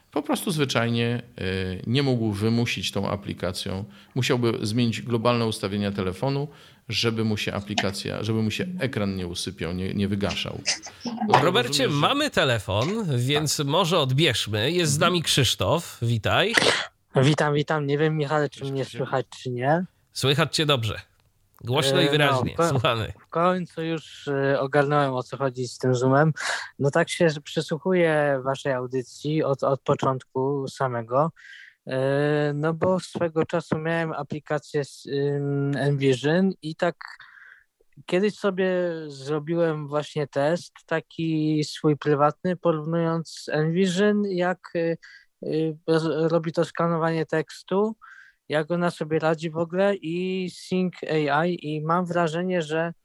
po prostu zwyczajnie nie mógł wymusić tą aplikacją. Musiałby zmienić globalne ustawienia telefonu, żeby mu się ekran nie usypiał, nie wygaszał. No, Robercie, rozumiem, że... mamy telefon, więc tak. Może odbierzmy. Jest z nami Krzysztof. Witaj. Witam. Nie wiem, Michale, czy mnie słychać, czy nie. Słychać cię dobrze. Głośno i wyraźnie. Słuchamy. W końcu już ogarnąłem, o co chodzi z tym Zoomem. No tak się przysłuchuję waszej audycji od początku samego. No bo swego czasu miałem aplikację z Envision i tak kiedyś sobie zrobiłem właśnie test, taki swój prywatny, porównując Envision, jak robi to skanowanie tekstu, jak ona sobie radzi w ogóle i Sync AI i mam wrażenie,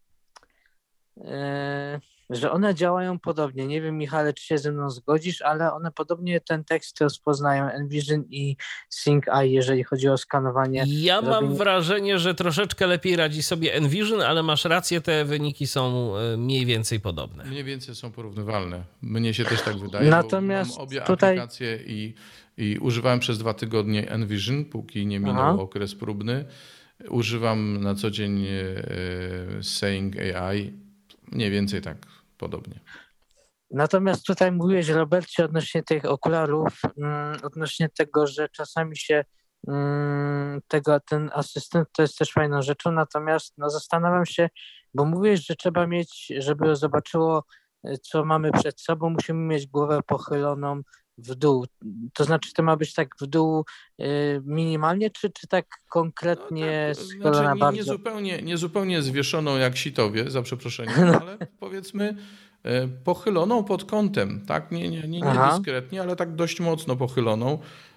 że one działają podobnie. Nie wiem, Michale, czy się ze mną zgodzisz, ale one podobnie ten tekst rozpoznają Envision i Sync AI, jeżeli chodzi o skanowanie. Ja mam wrażenie, że troszeczkę lepiej radzi sobie Envision, ale masz rację, te wyniki są mniej więcej podobne. Mniej więcej są porównywalne. Mnie się też tak wydaje. Natomiast mam obie aplikacje i używałem przez 2 tygodnie Envision, póki nie minął okres próbny. Używam na co dzień Sync AI. Mniej więcej tak podobnie. Natomiast tutaj mówiłeś, Robercie, odnośnie tych okularów, odnośnie tego, że czasami się ten asystent to jest też fajną rzeczą, natomiast zastanawiam się, bo mówiłeś, że trzeba mieć, żeby zobaczyło, co mamy przed sobą, musimy mieć głowę pochyloną w dół. To znaczy, to ma być tak w dół minimalnie, czy tak konkretnie schylona bardzo? Nie zupełnie zwieszoną jak sitowie, za przeproszeniem, ale powiedzmy pochyloną pod kątem, tak? Nie dyskretnie, ale tak dość mocno pochyloną.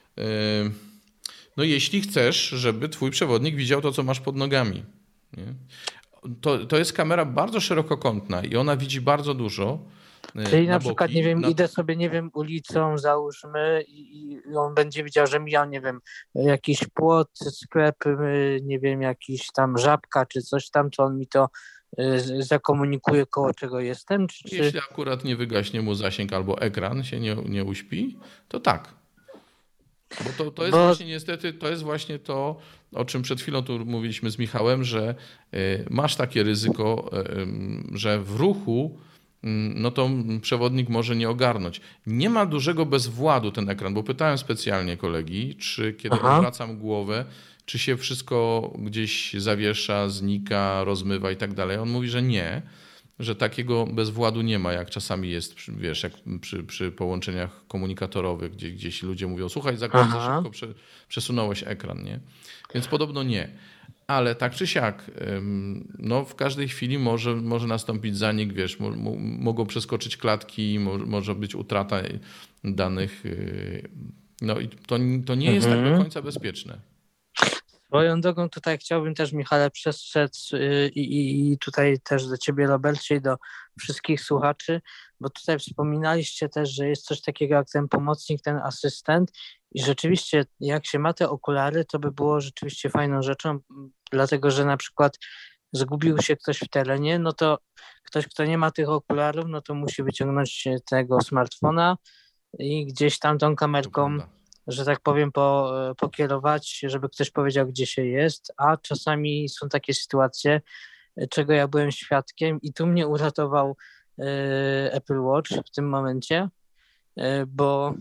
No jeśli chcesz, żeby twój przewodnik widział to, co masz pod nogami. Nie? To jest kamera bardzo szerokokątna i ona widzi bardzo dużo. Czyli na przykład, nie wiem, idę sobie, nie wiem, ulicą, załóżmy i on będzie widział, że mijał, nie wiem, jakiś płot, sklep, nie wiem, jakiś tam żabka czy coś tam, to on mi to zakomunikuje, koło czego jestem? Jeśli akurat nie wygaśnie mu zasięg albo ekran się nie uśpi, to tak. Bo to jest właśnie niestety, to jest właśnie to, o czym przed chwilą tu mówiliśmy z Michałem, że masz takie ryzyko, że w ruchu no to przewodnik może nie ogarnąć. Nie ma dużego bezwładu ten ekran, bo pytałem specjalnie kolegi, czy kiedy odwracam głowę, czy się wszystko gdzieś zawiesza, znika, rozmywa i tak dalej. On mówi, że nie, że takiego bezwładu nie ma, jak czasami jest, wiesz, jak przy połączeniach komunikatorowych, gdzieś ludzie mówią, słuchaj, za szybko przesunąłeś ekran, nie? Więc podobno nie. Ale tak czy siak, no w każdej chwili może nastąpić zanik, wiesz, mogą przeskoczyć klatki, może być utrata danych. No i to nie jest tak do końca bezpieczne. Swoją drogą tutaj chciałbym też, Michale, przestrzec i tutaj też do ciebie, Robercie, i do wszystkich słuchaczy, bo tutaj wspominaliście też, że jest coś takiego jak ten pomocnik, ten asystent i rzeczywiście jak się ma te okulary, to by było rzeczywiście fajną rzeczą, dlatego że na przykład zgubił się ktoś w terenie, no to ktoś, kto nie ma tych okularów, no to musi wyciągnąć tego smartfona i gdzieś tam tą kamerką, że tak powiem, pokierować, żeby ktoś powiedział, gdzie się jest, a czasami są takie sytuacje, czego ja byłem świadkiem i tu mnie uratował Apple Watch w tym momencie, bo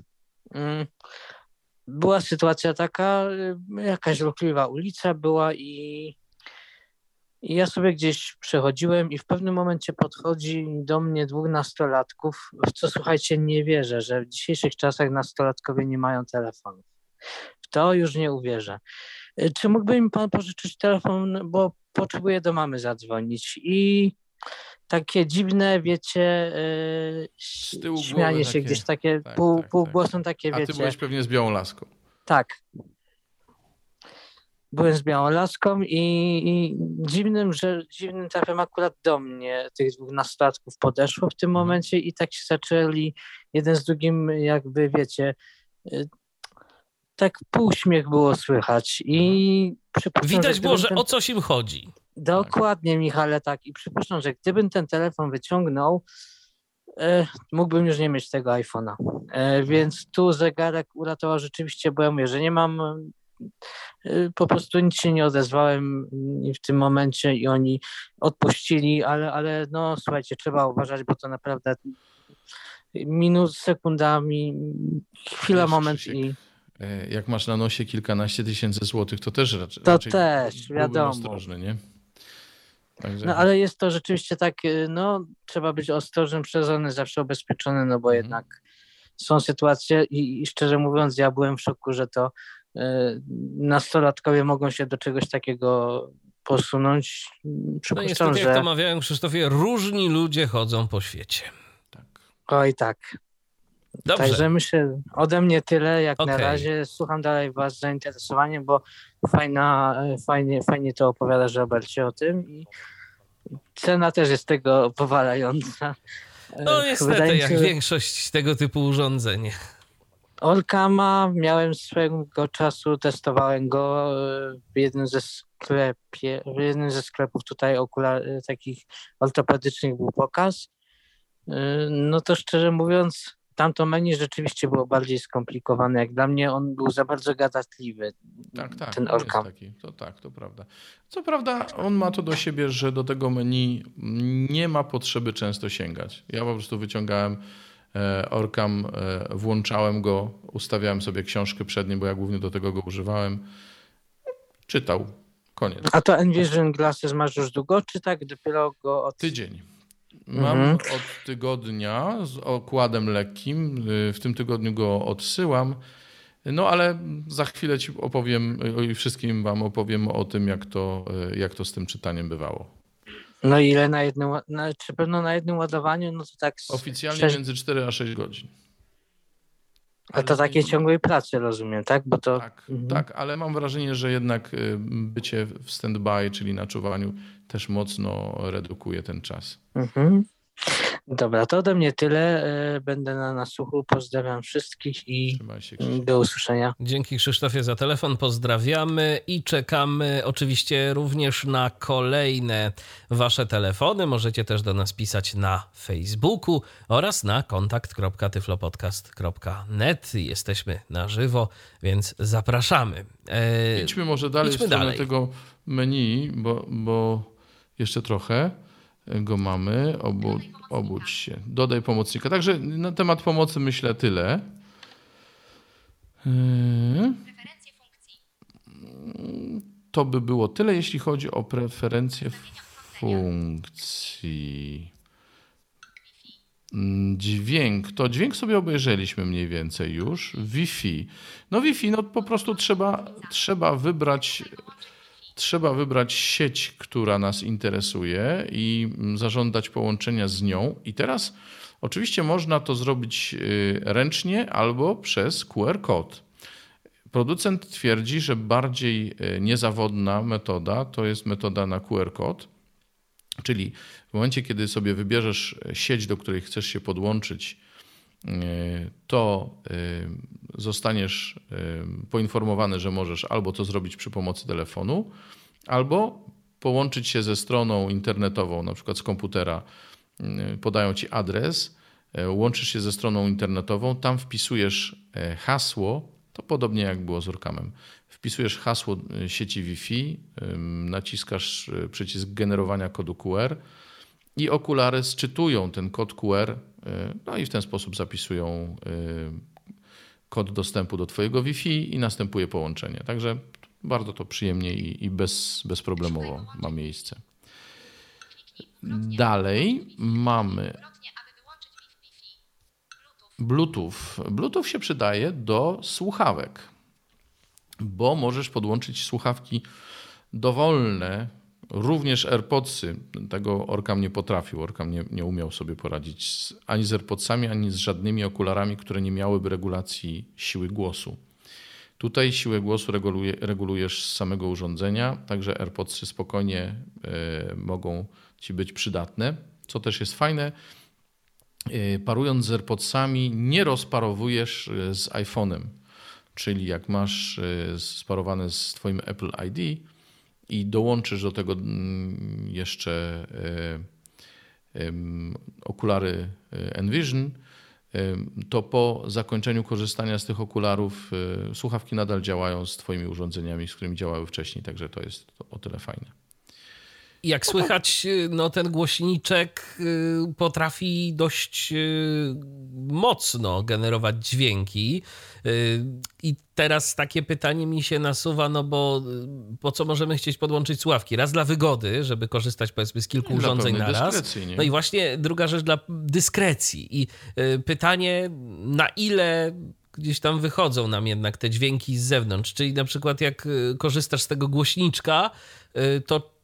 była sytuacja taka, jakaś ruchliwa ulica była i ja sobie gdzieś przechodziłem i w pewnym momencie podchodzi do mnie 2 nastolatków, w co, słuchajcie, nie wierzę, że w dzisiejszych czasach nastolatkowie nie mają telefonów. W to już nie uwierzę. Czy mógłby mi pan pożyczyć telefon, bo potrzebuję do mamy zadzwonić? I takie dziwne, wiecie, śmianie się takie, gdzieś, takie półgłosem takie, wiecie. A ty byłeś pewnie z białą laską. Tak. Byłem z białą laską i dziwnym trafem akurat do mnie tych 2 nastolatków podeszło w tym momencie i tak się zaczęli jeden z drugim, jakby wiecie, tak półśmiech było słychać i widać było, że o coś im chodzi. Dokładnie, Michale, tak. I przypuszczam, że gdybym ten telefon wyciągnął, mógłbym już nie mieć tego iPhone'a. Więc tu zegarek uratował rzeczywiście, bo ja mówię, że nie mam, po prostu nic się nie odezwałem w tym momencie i oni odpuścili, ale no słuchajcie, trzeba uważać, bo to naprawdę minut, sekundami, chwila, Wiesz, moment Krzysiek, i... Jak masz na nosie kilkanaście tysięcy złotych, to też raczej, To też, byłbym wiadomo. ostrożny, nie? Także... No ale jest to rzeczywiście tak, no trzeba być ostrożnym, przezorny, zawsze ubezpieczony, no bo jednak są sytuacje i szczerze mówiąc ja byłem w szoku, że to nastolatkowie mogą się do czegoś takiego posunąć. No Przypuszczam, niestety, że... jak to mawiałem, Krzysztofie, różni ludzie chodzą po świecie. Tak. Oj tak. Dobrze. Także myślę, ode mnie tyle jak na Okej. razie. Słucham dalej was z zainteresowaniem, bo fajnie to opowiadasz, Robercie, o tym i cena też jest tego powalająca. No niestety, Wydaje mi jak się, że większość tego typu urządzeń. Orkama miałem swego czasu, testowałem go w jednym ze sklepów tutaj takich ortopedycznych był pokaz. No to szczerze mówiąc, tamto menu rzeczywiście było bardziej skomplikowane. Jak dla mnie on był za bardzo gadatliwy. Tak, ten on jest Orkam. taki. To prawda. Co prawda on ma to do siebie, że do tego menu nie ma potrzeby często sięgać. Ja po prostu wyciągałem Orkam, włączałem go, ustawiałem sobie książkę przed nim, bo ja głównie do tego go używałem. Czytał. Koniec. A to Envision Glasses masz już długo, czy tak dopiero go od... Tydzień. Mam od tygodnia z okładem lekkim. W tym tygodniu go odsyłam. No ale za chwilę ci opowiem i wszystkim wam opowiem o tym, jak to z tym czytaniem bywało. No i ile na jednym, czy pewno na jednym ładowaniu, no to tak... Oficjalnie między 4 a 6 godzin. A to takiej ciągłej pracy, rozumiem, tak? Bo to... Tak, ale mam wrażenie, że jednak bycie w stand-by, czyli na czuwaniu, też mocno redukuje ten czas. Dobra, to ode mnie tyle. Będę na nasłuchu. Pozdrawiam wszystkich i Trzymaj się, Krzysiek. do usłyszenia. Dzięki Krzysztofie za telefon, pozdrawiamy i czekamy oczywiście również na kolejne wasze telefony. Możecie też do nas pisać na Facebooku oraz na kontakt.tyflopodcast.net. Jesteśmy na żywo, więc zapraszamy. Idźmy może dalej w stronę dalej. tego menu, bo jeszcze trochę go mamy. Obudź się. Dodaj pomocnika. Także na temat pomocy myślę tyle. Preferencje funkcji. To by było tyle, jeśli chodzi o preferencje funkcji. Dźwięk. To dźwięk sobie obejrzeliśmy mniej więcej już. Wi-Fi. No Wi-Fi, no po prostu trzeba wybrać sieć, która nas interesuje i zażądać połączenia z nią. I teraz oczywiście można to zrobić ręcznie albo przez QR kod. Producent twierdzi, że bardziej niezawodna metoda to jest metoda na QR kod, czyli w momencie, kiedy sobie wybierzesz sieć, do której chcesz się podłączyć, to zostaniesz poinformowany, że możesz albo to zrobić przy pomocy telefonu, albo połączyć się ze stroną internetową, na przykład z komputera. Podają ci adres, łączysz się ze stroną internetową, tam wpisujesz hasło, to podobnie jak było z Orkamem. Wpisujesz hasło sieci Wi-Fi, naciskasz przycisk generowania kodu QR i okulary sczytują ten kod QR, no i w ten sposób zapisują kod dostępu do twojego Wi-Fi i następuje połączenie. Także bardzo to przyjemnie i bezproblemowo ma miejsce. Dalej mamy Bluetooth. Bluetooth się przydaje do słuchawek, bo możesz podłączyć słuchawki dowolne, również AirPodsy. Tego Orkam nie potrafił. Orkam nie umiał sobie poradzić ani z AirPodsami, ani z żadnymi okularami, które nie miałyby regulacji siły głosu. Tutaj siłę głosu regulujesz z samego urządzenia, także AirPodsy spokojnie mogą ci być przydatne. Co też jest fajne, parując z AirPodsami nie rozparowujesz z iPhone'em. Czyli jak masz sparowane z twoim Apple ID i dołączysz do tego jeszcze okulary Envision, to po zakończeniu korzystania z tych okularów słuchawki nadal działają z twoimi urządzeniami, z którymi działały wcześniej, także to jest o tyle fajne. Jak słychać, no ten głośniczek potrafi dość mocno generować dźwięki. I teraz takie pytanie mi się nasuwa, no bo po co możemy chcieć podłączyć słuchawki? Raz dla wygody, żeby korzystać powiedzmy z kilku urządzeń na raz. No i właśnie druga rzecz dla dyskrecji. I pytanie, na ile gdzieś tam wychodzą nam jednak te dźwięki z zewnątrz. Czyli na przykład jak korzystasz z tego głośniczka, to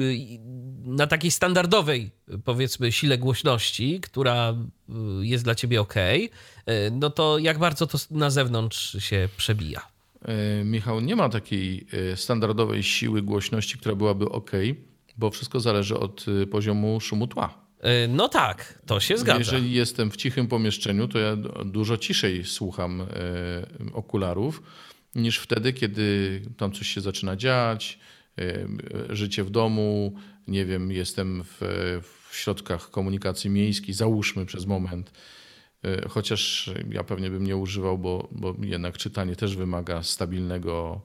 na takiej standardowej, powiedzmy, sile głośności, która jest dla ciebie ok, no to jak bardzo to na zewnątrz się przebija? Michał, nie ma takiej standardowej siły głośności, która byłaby ok, bo wszystko zależy od poziomu szumu tła. No tak, to się zgadza. Jeżeli jestem w cichym pomieszczeniu, to ja dużo ciszej słucham okularów niż wtedy, kiedy tam coś się zaczyna dziać, życie w domu, nie wiem, jestem w środkach komunikacji miejskiej, załóżmy przez moment, chociaż ja pewnie bym nie używał, bo jednak czytanie też wymaga stabilnego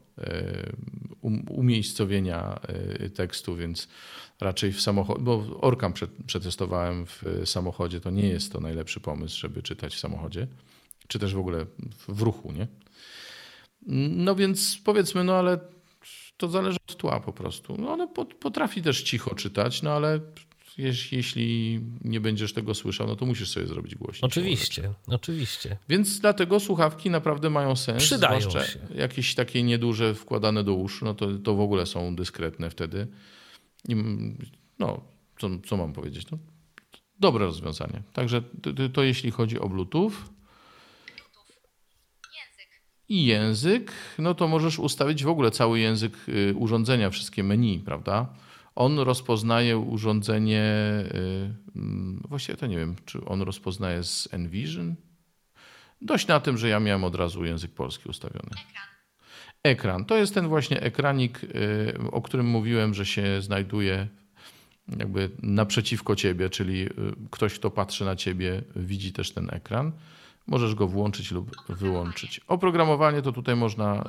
umiejscowienia tekstu, więc raczej w samochodzie, bo Orkam przetestowałem w samochodzie, to nie jest to najlepszy pomysł, żeby czytać w samochodzie, czy też w ogóle w ruchu, nie? No więc powiedzmy, no ale to zależy od tła po prostu. No ona potrafi też cicho czytać, no ale jeśli nie będziesz tego słyszał, no to musisz sobie zrobić głośniej. Oczywiście. Więc dlatego słuchawki naprawdę mają sens. Przydają zwłaszcza się. Jakieś takie nieduże wkładane do uszu, no to w ogóle są dyskretne wtedy. I, no, co mam powiedzieć? No, dobre rozwiązanie. Także to jeśli chodzi o Bluetooth. I język, no to możesz ustawić w ogóle cały język urządzenia, wszystkie menu, prawda? On rozpoznaje urządzenie, właściwie to nie wiem, czy on rozpoznaje z Envision? Dość na tym, że ja miałem od razu język polski ustawiony. Ekran. To jest ten właśnie ekranik, o którym mówiłem, że się znajduje jakby naprzeciwko ciebie, czyli ktoś, kto patrzy na ciebie, widzi też ten ekran. Możesz go włączyć lub wyłączyć. Oprogramowanie to tutaj można...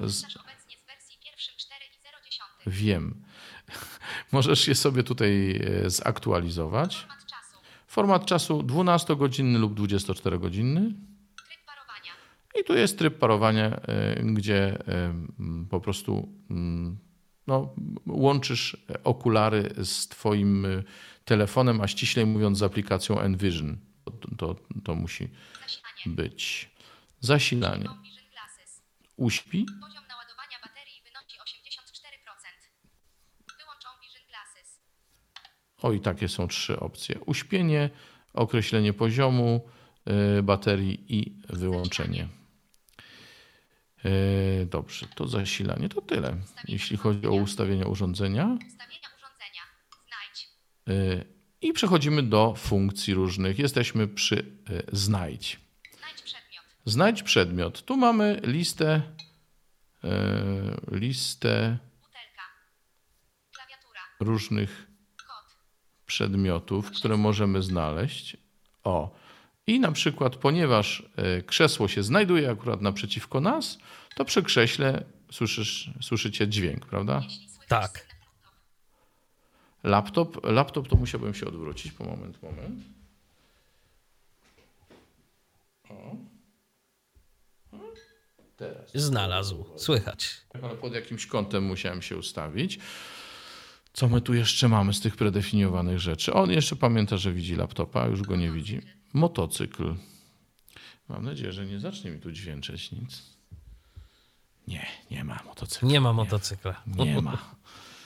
Wiem. Możesz je sobie tutaj zaktualizować. Format czasu 12-godzinny lub 24-godzinny. I tu jest tryb parowania, gdzie po prostu no, łączysz okulary z twoim telefonem, a ściślej mówiąc z aplikacją Envision. To musi być. Zasilanie. Uśpi. Poziom naładowania baterii wynosi 84%. Wyłączą Vision Glasses. I takie są 3 opcje. Uśpienie, określenie poziomu baterii i wyłączenie. Dobrze, to zasilanie to tyle. Jeśli chodzi o ustawienia urządzenia. Znajdź. I przechodzimy do funkcji różnych. Jesteśmy przy znajdź. Znajdź przedmiot. Znajdź przedmiot. Tu mamy listę Butelka. Klawiatura. różnych Kod. przedmiotów, które możemy znaleźć. I na przykład, ponieważ krzesło się znajduje akurat naprzeciwko nas, to przy krześle słyszycie dźwięk, prawda? Tak. Laptop to musiałbym się odwrócić. Moment. Teraz. Znalazł. Słychać. Ale pod jakimś kątem musiałem się ustawić. Co my tu jeszcze mamy z tych predefiniowanych rzeczy? On jeszcze pamięta, że widzi laptopa, już go nie widzi. Motocykl. Mam nadzieję, że nie zacznie mi tu dźwięczeć nic. Nie ma motocykla. Nie ma motocykla. Nie ma.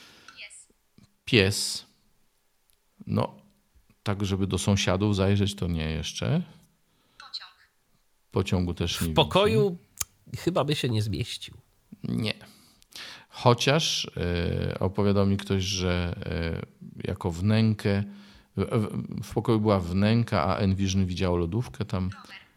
Pies. No, tak żeby do sąsiadów zajrzeć, to nie jeszcze. Pociągu też nie W pokoju chyba by się nie zmieścił. Nie. Chociaż opowiadał mi ktoś, że jako wnękę, w pokoju była wnęka, a Envision widziało lodówkę tam.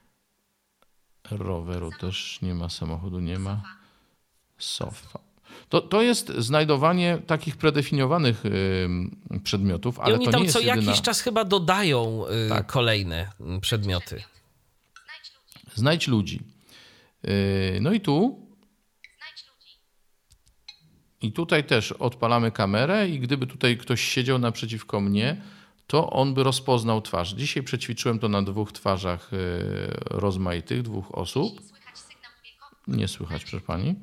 Roweru też nie ma, samochodu nie ma. Sofa. To jest znajdowanie takich predefiniowanych przedmiotów, ale I oni to tam nie jest co jedyna... jakiś czas chyba dodają kolejne przedmioty. Znajdź Znajdź ludzi. No i tu. Znajdź ludzi. I tutaj też odpalamy kamerę i gdyby tutaj ktoś siedział naprzeciwko mnie, to on by rozpoznał twarz. Dzisiaj przećwiczyłem to na 2 twarzach rozmaitych, 2 osób. Słychać sygnał dźwiękowy. Nie słychać, proszę pani.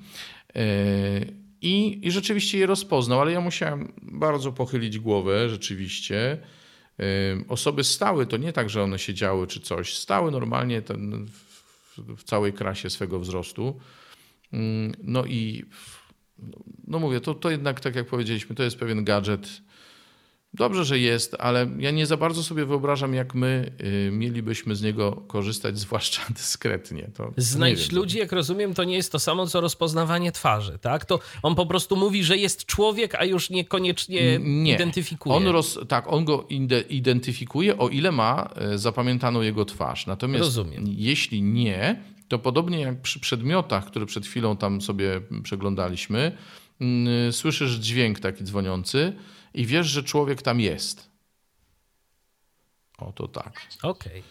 I rzeczywiście je rozpoznał, ale ja musiałem bardzo pochylić głowę, rzeczywiście. Osoby stały, to nie tak, że one siedziały czy coś. Stały normalnie w całej krasie swego wzrostu. No i no mówię, to jednak tak jak powiedzieliśmy, to jest pewien gadżet. Dobrze, że jest, ale ja nie za bardzo sobie wyobrażam, jak my mielibyśmy z niego korzystać, zwłaszcza dyskretnie. Znajdź ludzi, jak rozumiem, to nie jest to samo, co rozpoznawanie twarzy, tak? To on po prostu mówi, że jest człowiek, a już niekoniecznie identyfikuje. On go identyfikuje, o ile ma zapamiętaną jego twarz. Natomiast jeśli nie, to podobnie jak przy przedmiotach, które przed chwilą tam sobie przeglądaliśmy, słyszysz dźwięk taki dzwoniący i wiesz, że człowiek tam jest. Oto tak. Okej.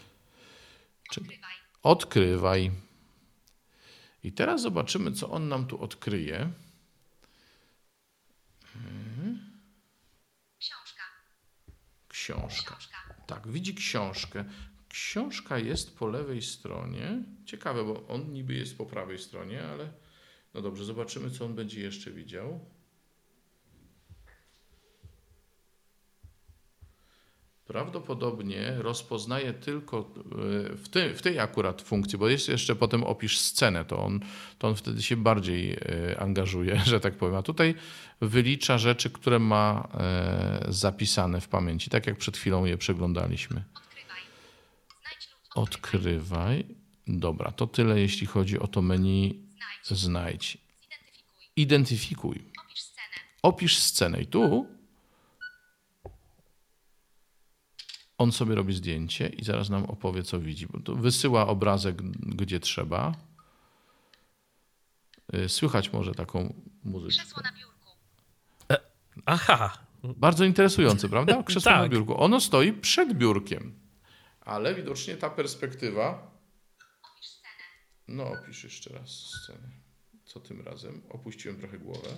Odkrywaj. I teraz zobaczymy, co on nam tu odkryje. Książka. Tak, widzi książkę. Książka jest po lewej stronie. Ciekawe, bo on niby jest po prawej stronie, ale no dobrze, zobaczymy, co on będzie jeszcze widział. Prawdopodobnie rozpoznaje tylko w tej akurat funkcji, bo jest jeszcze potem opisz scenę, to on wtedy się bardziej angażuje, że tak powiem. A tutaj wylicza rzeczy, które ma zapisane w pamięci, tak jak przed chwilą je przeglądaliśmy. Odkrywaj. Dobra, to tyle, jeśli chodzi o to menu znajdź. Identyfikuj. Opisz scenę. I tu on sobie robi zdjęcie i zaraz nam opowie, co widzi. Bo to wysyła obrazek, gdzie trzeba. Słychać może taką muzyczkę. Krzesło na biurku. Aha. Bardzo interesujące, prawda? Krzesło Tak. na biurku. Ono stoi przed biurkiem. Ale widocznie ta perspektywa... Opisz scenę. No, opisz jeszcze raz scenę. Co tym razem? Opuściłem trochę głowę.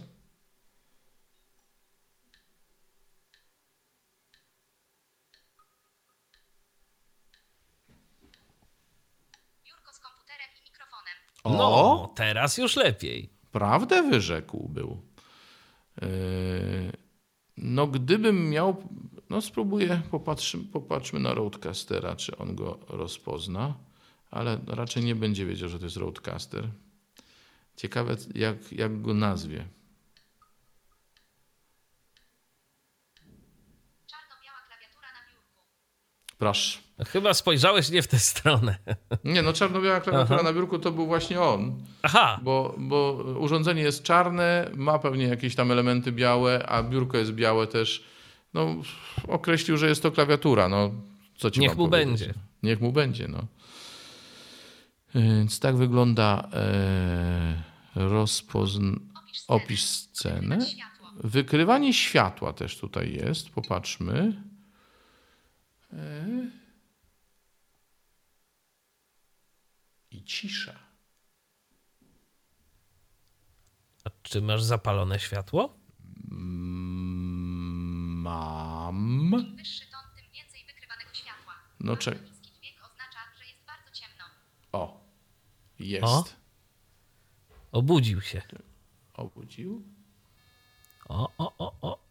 Biurko z komputerem i mikrofonem. No, teraz już lepiej. Prawdę wyrzekł był. No gdybym miał... No spróbuję, popatrzmy na Roadcastera, czy on go rozpozna, ale raczej nie będzie wiedział, że to jest Roadcaster. Ciekawe, jak go nazwie. Czarno-biała klawiatura na biurku. Proszę. Chyba spojrzałeś nie w tę stronę. Nie, no czarno-biała klawiatura na biurku to był właśnie on. Aha. Bo urządzenie jest czarne, ma pewnie jakieś tam elementy białe, a biurko jest białe też. No, określił, że jest to klawiatura. No, co ci Niech mam mu powiedzieć? będzie. Niech mu będzie, no. Więc tak wygląda opis sceny. Wykrywanie światła też tutaj jest. Popatrzmy. I cisza. A czy masz zapalone światło? Mam. Im wyższy ton, tym więcej wykrywanego światła. No Bardzo czek. niski dźwięk oznacza, że jest bardzo ciemno. O. Jest. O. Obudził się. Obudził. O.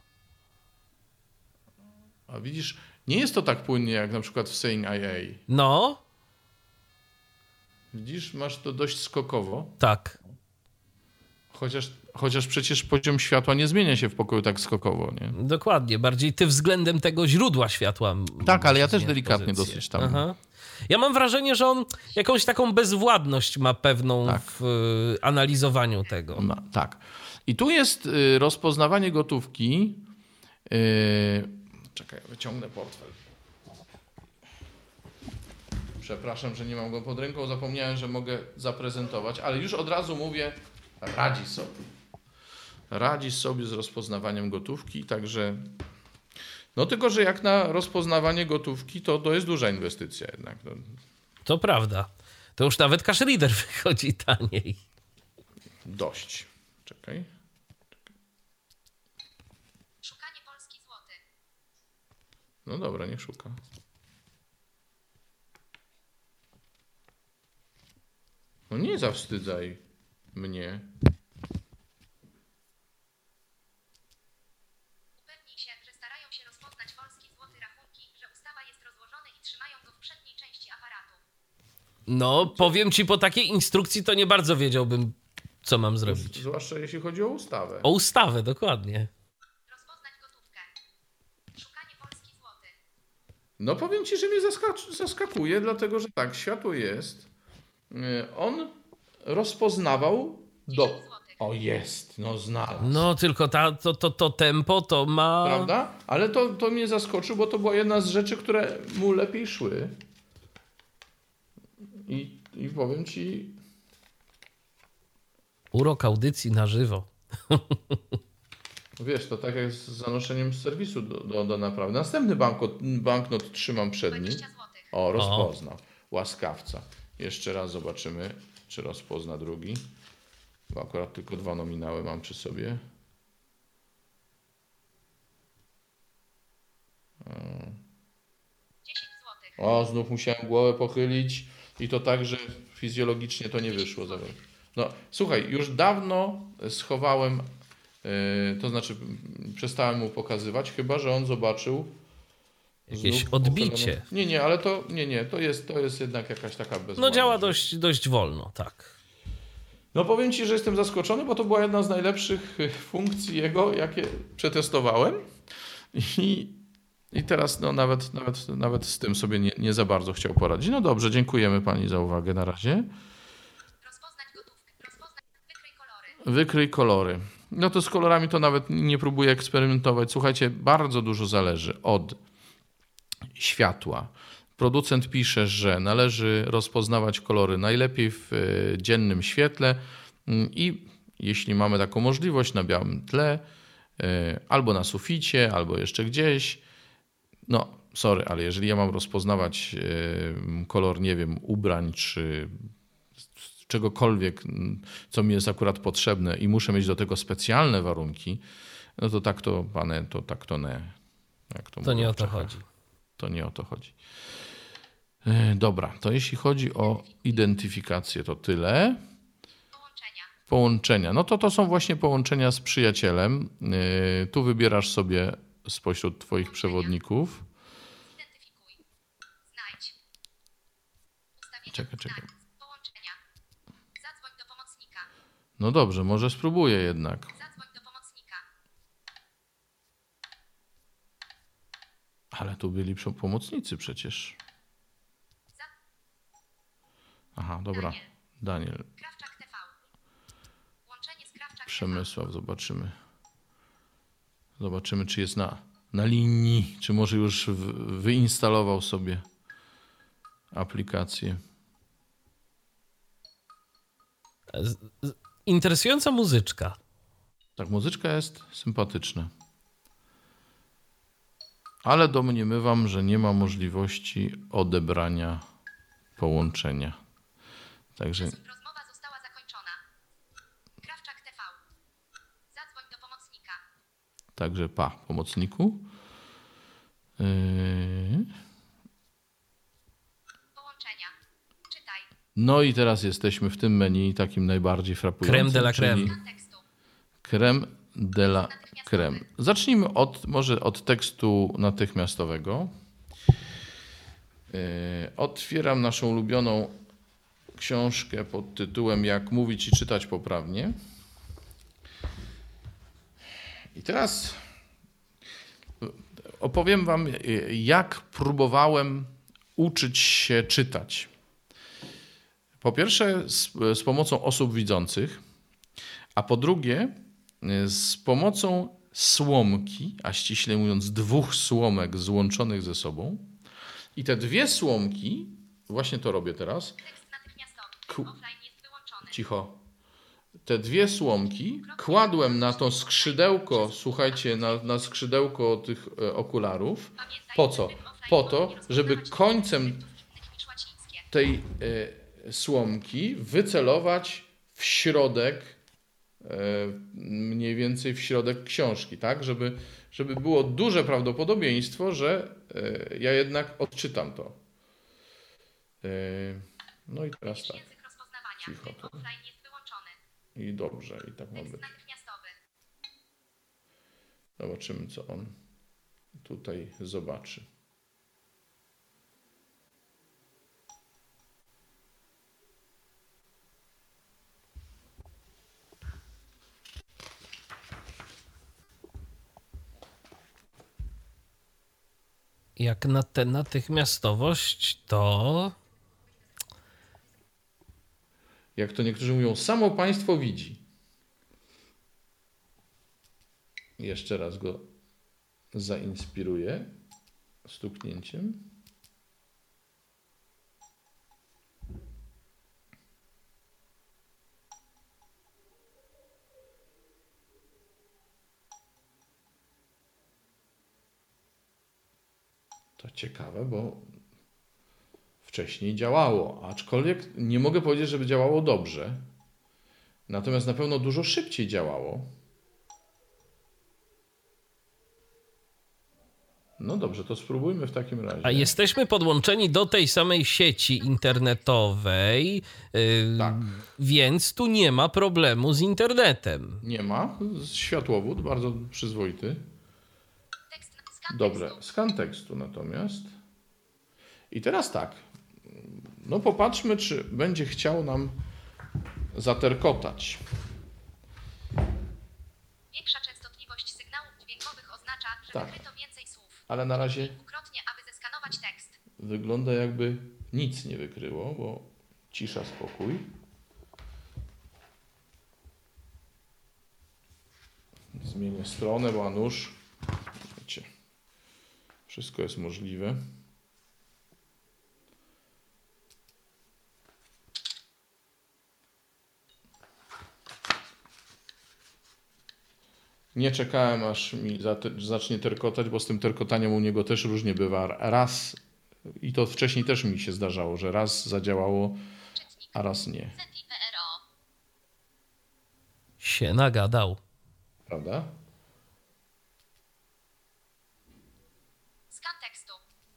A widzisz, nie jest to tak płynnie jak na przykład w Saying IA. No, Widzisz, masz to dość skokowo. tak. Chociaż przecież poziom światła nie zmienia się w pokoju tak skokowo, nie? Dokładnie. Bardziej ty względem tego źródła światła. Tak, ale ja musisz też zmieniać delikatnie pozycję. dosyć tam. Aha. Ja mam wrażenie, że on jakąś taką bezwładność ma pewną Tak. w analizowaniu tego. Tak. I tu jest rozpoznawanie gotówki. Czekaj, wyciągnę portfel. Przepraszam, że nie mam go pod ręką. Zapomniałem, że mogę zaprezentować, ale już od razu mówię, radzi sobie. Radzi sobie z rozpoznawaniem gotówki, także... No tylko, że jak na rozpoznawanie gotówki, to jest duża inwestycja jednak. To prawda. To już nawet cash reader wychodzi taniej. Dość. Czekaj. Szukanie polski złoty. No dobra, niech szuka. No nie zawstydzaj mnie. Upewnij się, że starają się rozpoznać polski złoty rachunki, że ustawa jest rozłożony i trzymają go w przedniej części aparatu. No, powiem ci, po takiej instrukcji to nie bardzo wiedziałbym, co mam zrobić. Zwłaszcza jeśli chodzi o ustawę. O ustawę, dokładnie. Rozpoznać gotówkę. Szukanie polski złoty. No powiem ci, że mnie zaskakuje, dlatego że tak, światło jest. On rozpoznawał O, jest, no znalazł. No, tylko to tempo to ma... Prawda? Ale to mnie zaskoczył, bo to była jedna z rzeczy, które mu lepiej szły. I powiem ci... Urok audycji na żywo. Wiesz, to tak jak z zanoszeniem z serwisu do naprawy. Następny banknot trzymam przed nim. 20 złotych. O, rozpoznał. Łaskawca. Jeszcze raz zobaczymy, czy rozpozna drugi. Bo akurat tylko 2 nominały mam przy sobie. 10 złotych. O, znów musiałem głowę pochylić i to tak, że fizjologicznie to nie wyszło. No, słuchaj, już dawno schowałem, to znaczy przestałem mu pokazywać, chyba że on zobaczył Jakieś znów odbicie. Nie, ale to to jest jednak jakaś taka bezwładność. No działa dość wolno, tak. No powiem ci, że jestem zaskoczony, bo to była jedna z najlepszych funkcji jego, jakie przetestowałem. I teraz no, nawet z tym sobie nie za bardzo chciał poradzić. No dobrze, dziękujemy pani za uwagę na razie. Rozpoznać gotówkę. Wykryj kolory. Wykryj kolory. No to z kolorami to nawet nie próbuję eksperymentować. Słuchajcie, bardzo dużo zależy od światła. Producent pisze, że należy rozpoznawać kolory najlepiej w dziennym świetle i jeśli mamy taką możliwość na białym tle, albo na suficie, albo jeszcze gdzieś. No, sorry, ale jeżeli ja mam rozpoznawać kolor, nie wiem, ubrań czy czegokolwiek, co mi jest akurat potrzebne i muszę mieć do tego specjalne warunki, no to tak to, pane, to tak to nie. To nie o to chodzi. To nie o to chodzi. Dobra, to jeśli chodzi o identyfikację, to tyle. Połączenia. No to są właśnie połączenia z przyjacielem. Tu wybierasz sobie spośród twoich przewodników. Zidentyfikuj. Znajdź. Ustawienia. Czekaj. Połączenia. Zadzwoń do pomocnika. No dobrze, może spróbuję jednak. Zadzwoń do pomocnika. Ale tu byli pomocnicy przecież. Aha, dobra. Daniel. Krawczak TV. Łączenie z Krawczak Przemysław, zobaczymy, czy jest na linii, czy może już wyinstalował sobie aplikację. Interesująca muzyczka. Tak, muzyczka jest sympatyczna. Ale domniemywam, że nie ma możliwości odebrania połączenia. Także Rozmowa została zakończona. Krawczak TV. Zadzwoń do pomocnika. Także pomocniku. Połączenia. Czytaj. No i teraz jesteśmy w tym menu takim najbardziej frapującym. Crème de la crème. Tekstu. Crème de la crème. Zacznijmy może od tekstu natychmiastowego. Otwieram naszą ulubioną książkę pod tytułem Jak mówić i czytać poprawnie. I teraz opowiem wam, jak próbowałem uczyć się czytać. Po pierwsze z pomocą osób widzących, a po drugie z pomocą słomki, a ściśle mówiąc 2 słomek złączonych ze sobą. I te 2 słomki, właśnie to robię teraz. Tekst natychmiastowy. Offline jest wyłączony. Cicho. Te 2 słomki kładłem na to skrzydełko, słuchajcie, na skrzydełko tych okularów. Pamiętaj, Po co? tryb offline Po to, powinien żeby rozpoznawać końcem tekstów innych niż łacińskie. tej słomki wycelować w środek, mniej więcej w środek książki, tak? Żeby było duże prawdopodobieństwo, że ja jednak odczytam to. No i teraz tak. Język rozpoznawania. Cicho Tryb to. offline jest wyłączony. I dobrze, i tak ma Tekst być. natychmiastowy. Zobaczymy, co on tutaj zobaczy. Jak na tę natychmiastowość, to Jak to niektórzy mówią, samo państwo widzi. Jeszcze raz go zainspiruję stuknięciem. To ciekawe, bo wcześniej działało, aczkolwiek nie mogę powiedzieć, żeby działało dobrze. Natomiast na pewno dużo szybciej działało. No dobrze, to spróbujmy w takim razie. a jesteśmy podłączeni do tej samej sieci internetowej, Tak. więc tu nie ma problemu z internetem. Nie ma. Światłowód, bardzo przyzwoity. Skan Dobre, tekstu. skan tekstu natomiast. I teraz tak. No popatrzmy, czy będzie chciał nam zaterkotać. Większa częstotliwość sygnałów dźwiękowych oznacza, że Tak. wykryto więcej słów. Ale na razie Dwukrotnie, aby zeskanować tekst. wygląda, jakby nic nie wykryło, bo cisza, spokój. Zmienię stronę, bo a nuż, wiecie, wszystko jest możliwe. Nie czekałem, aż mi zacznie terkotać, bo z tym terkotaniem u niego też różnie bywa. Raz, i to wcześniej też mi się zdarzało, że raz zadziałało, Czytnik. a raz nie. ZIPRO. Się nagadał. Prawda? Skan tekstu.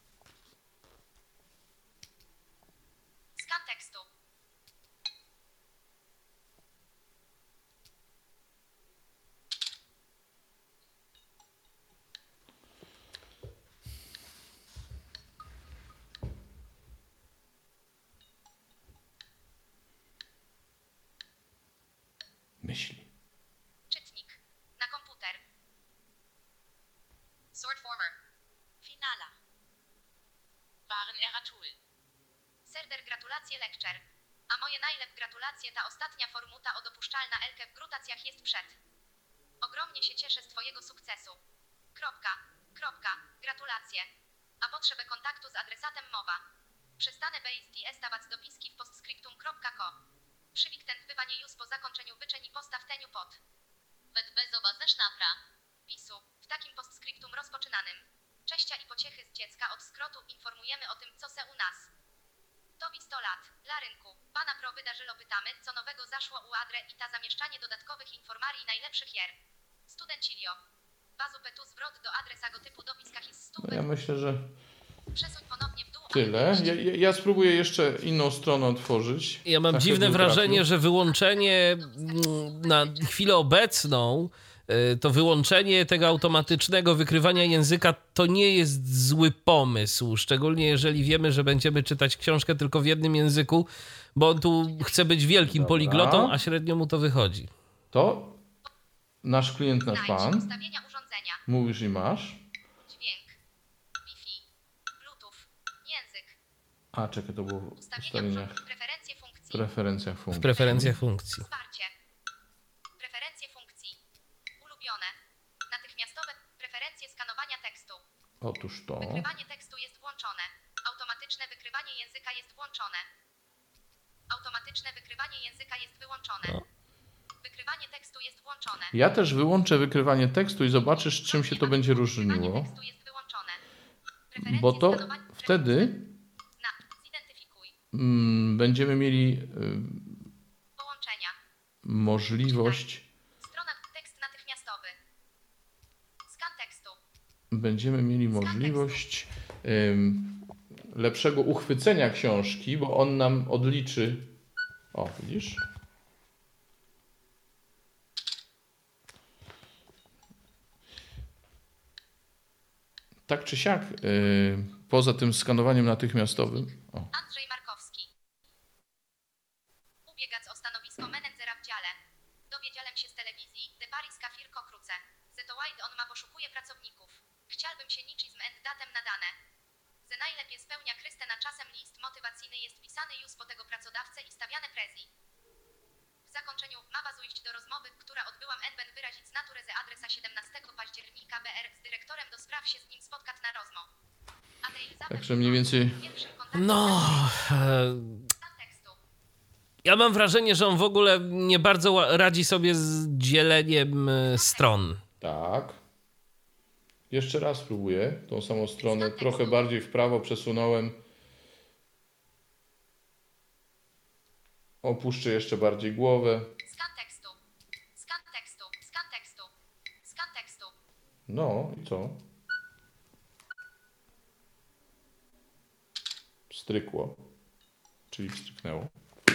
Skan tekstu. Myśli. Czytnik. Na komputer. Sort former. Finala. Warenera Tool. Serder gratulacje lecture. A moje najlep gratulacje, ta ostatnia formuta o dopuszczalna elkę w grutacjach jest przed. Ogromnie się cieszę z twojego sukcesu. Gratulacje. A potrzebę kontaktu z adresatem mowa. Przestanę bejst i estawać dopiski w postscriptum.co. Przywik ten wbywanie już po zakończeniu wyczeni postaw teniu pod. Wet bezowa ze sznapra. Pisu. W takim postscriptum rozpoczynanym. Cześcia i pociechy z dziecka od skrotu informujemy o tym, co se u nas. Tobie 100 lat. Dla rynku. Pana pro wydarzylo pytamy, co nowego zaszło u adre i ta zamieszczanie dodatkowych informarii najlepszych jer. Studencilio. Bazu petu zwrot do adresa go typu dopiskach jest 100. No ja myślę, że Przesuń ponownie w dół. tyle. Ja spróbuję jeszcze inną stronę otworzyć. Ja mam Tak, dziwne jakbym wrażenie, trafił. że wyłączenie na chwilę obecną, to wyłączenie tego automatycznego wykrywania języka to nie jest zły pomysł, szczególnie jeżeli wiemy, że będziemy czytać książkę tylko w jednym języku, bo on tu chce być wielkim Dobra. poliglotą, a średnio mu to wychodzi. To nasz klient, nasz Znajdź pan. ustawienia urządzenia. Mówisz i masz. Dźwięk. Wi-Fi. Bluetooth. Język. A, czekaj, to było w Ustawienia ustawieniach, Preferencje funkcji. preferencjach W funkcji. preferencjach funkcji. Wsparcie. Preferencje funkcji. Ulubione. Natychmiastowe preferencje skanowania tekstu. Otóż to. Wykrywanie tekstu jest włączone. Automatyczne wykrywanie języka jest włączone. Automatyczne wykrywanie języka jest wyłączone. No. Wykrywanie tekstu jest włączone. Ja też wyłączę wykrywanie tekstu i zobaczysz, czym się to będzie Wykrywanie różniło. tekstu jest wyłączone. Preferencje Bo to skanowania- wtedy Na. Zidentyfikuj. będziemy mieli Połączenia. możliwość. Strona tekst natychmiastowy. Skan tekstu. Będziemy mieli możliwość lepszego uchwycenia książki, bo on nam odliczy. O, widzisz? Tak czy siak, poza tym skanowaniem natychmiastowym. O. Andrzej Markowski. Ubiegac o stanowisko menedżera w dziale. Dowiedziałem się z telewizji, de Paris Kafirko Kruce. Zeto White on ma poszukuje pracowników. Chciałbym się nici z datem nadane. Ze najlepiej spełnia Krystę na czasem list motywacyjny jest pisany już po tego pracodawcę i stawiane prezji. W zakończeniu ma was ujść do rozmowy, która odbyłam NBN wyrazić naturę ze adresa 17 października BR z dyrektorem do spraw się z nim spotkać na rozmowę. Także mniej więcej. No, ja mam wrażenie, że on w ogóle nie bardzo radzi sobie z dzieleniem stron. Tak. Jeszcze raz spróbuję tą samą stronę. Trochę bardziej w prawo przesunąłem. Opuszczę jeszcze bardziej głowę. Skan tekstu. Skan tekstu. Skan tekstu. Skan tekstu. No i co? Pstrykło. Czyli pstryknęło.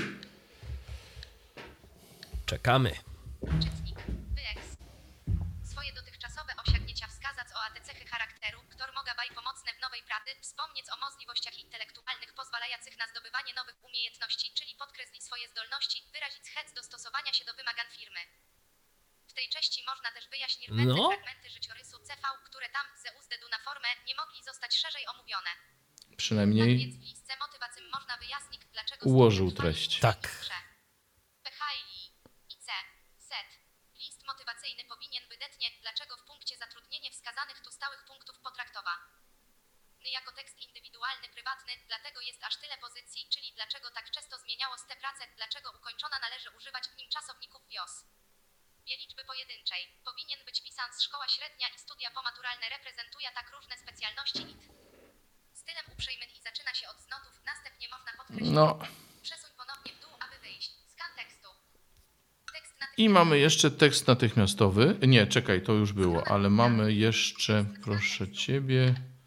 Czekamy. Czytnik. Wyeks. Swoje dotychczasowe osiągnięcia wskazać o te cechy charakteru, które mogą być pomocne w nowej pracy, wspomnieć o możliwościach intelektualnych pozwalających na zdobywanie nowych umiejętności, czyli podkreślić swoje zdolności, wyrazić chęć do stosowania się do wymagań firmy. W tej części można też wyjaśnić fragmenty życiorysu CV, które tam ze uzdedu na formę nie mogli zostać szerzej omówione. Przynajmniej Tak więc w listce motywacyjnym można wyjaśnić, dlaczego ułożył treść. Tak. PHI, IC, SET. List motywacyjny powinien wydetnie, dlaczego w punkcie zatrudnienie wskazanych tu stałych punktów potraktowa. Jako tekst indywidualny, prywatny, dlatego jest aż tyle pozycji, czyli dlaczego tak często zmieniało te prace, dlaczego ukończona należy używać w nim czasowników wios. Liczby pojedynczej. Powinien być pisans szkoła średnia i studia pomaturalne reprezentuje tak różne specjalności IT. Stylem uprzejmym i zaczyna się od znotów, następnie można podkreślić. No. Przesuń ponownie w dół, aby wyjść. Skan tekstu. Tekst I mamy jeszcze tekst natychmiastowy. Nie, czekaj, to już było, ale mamy jeszcze, proszę ciebie.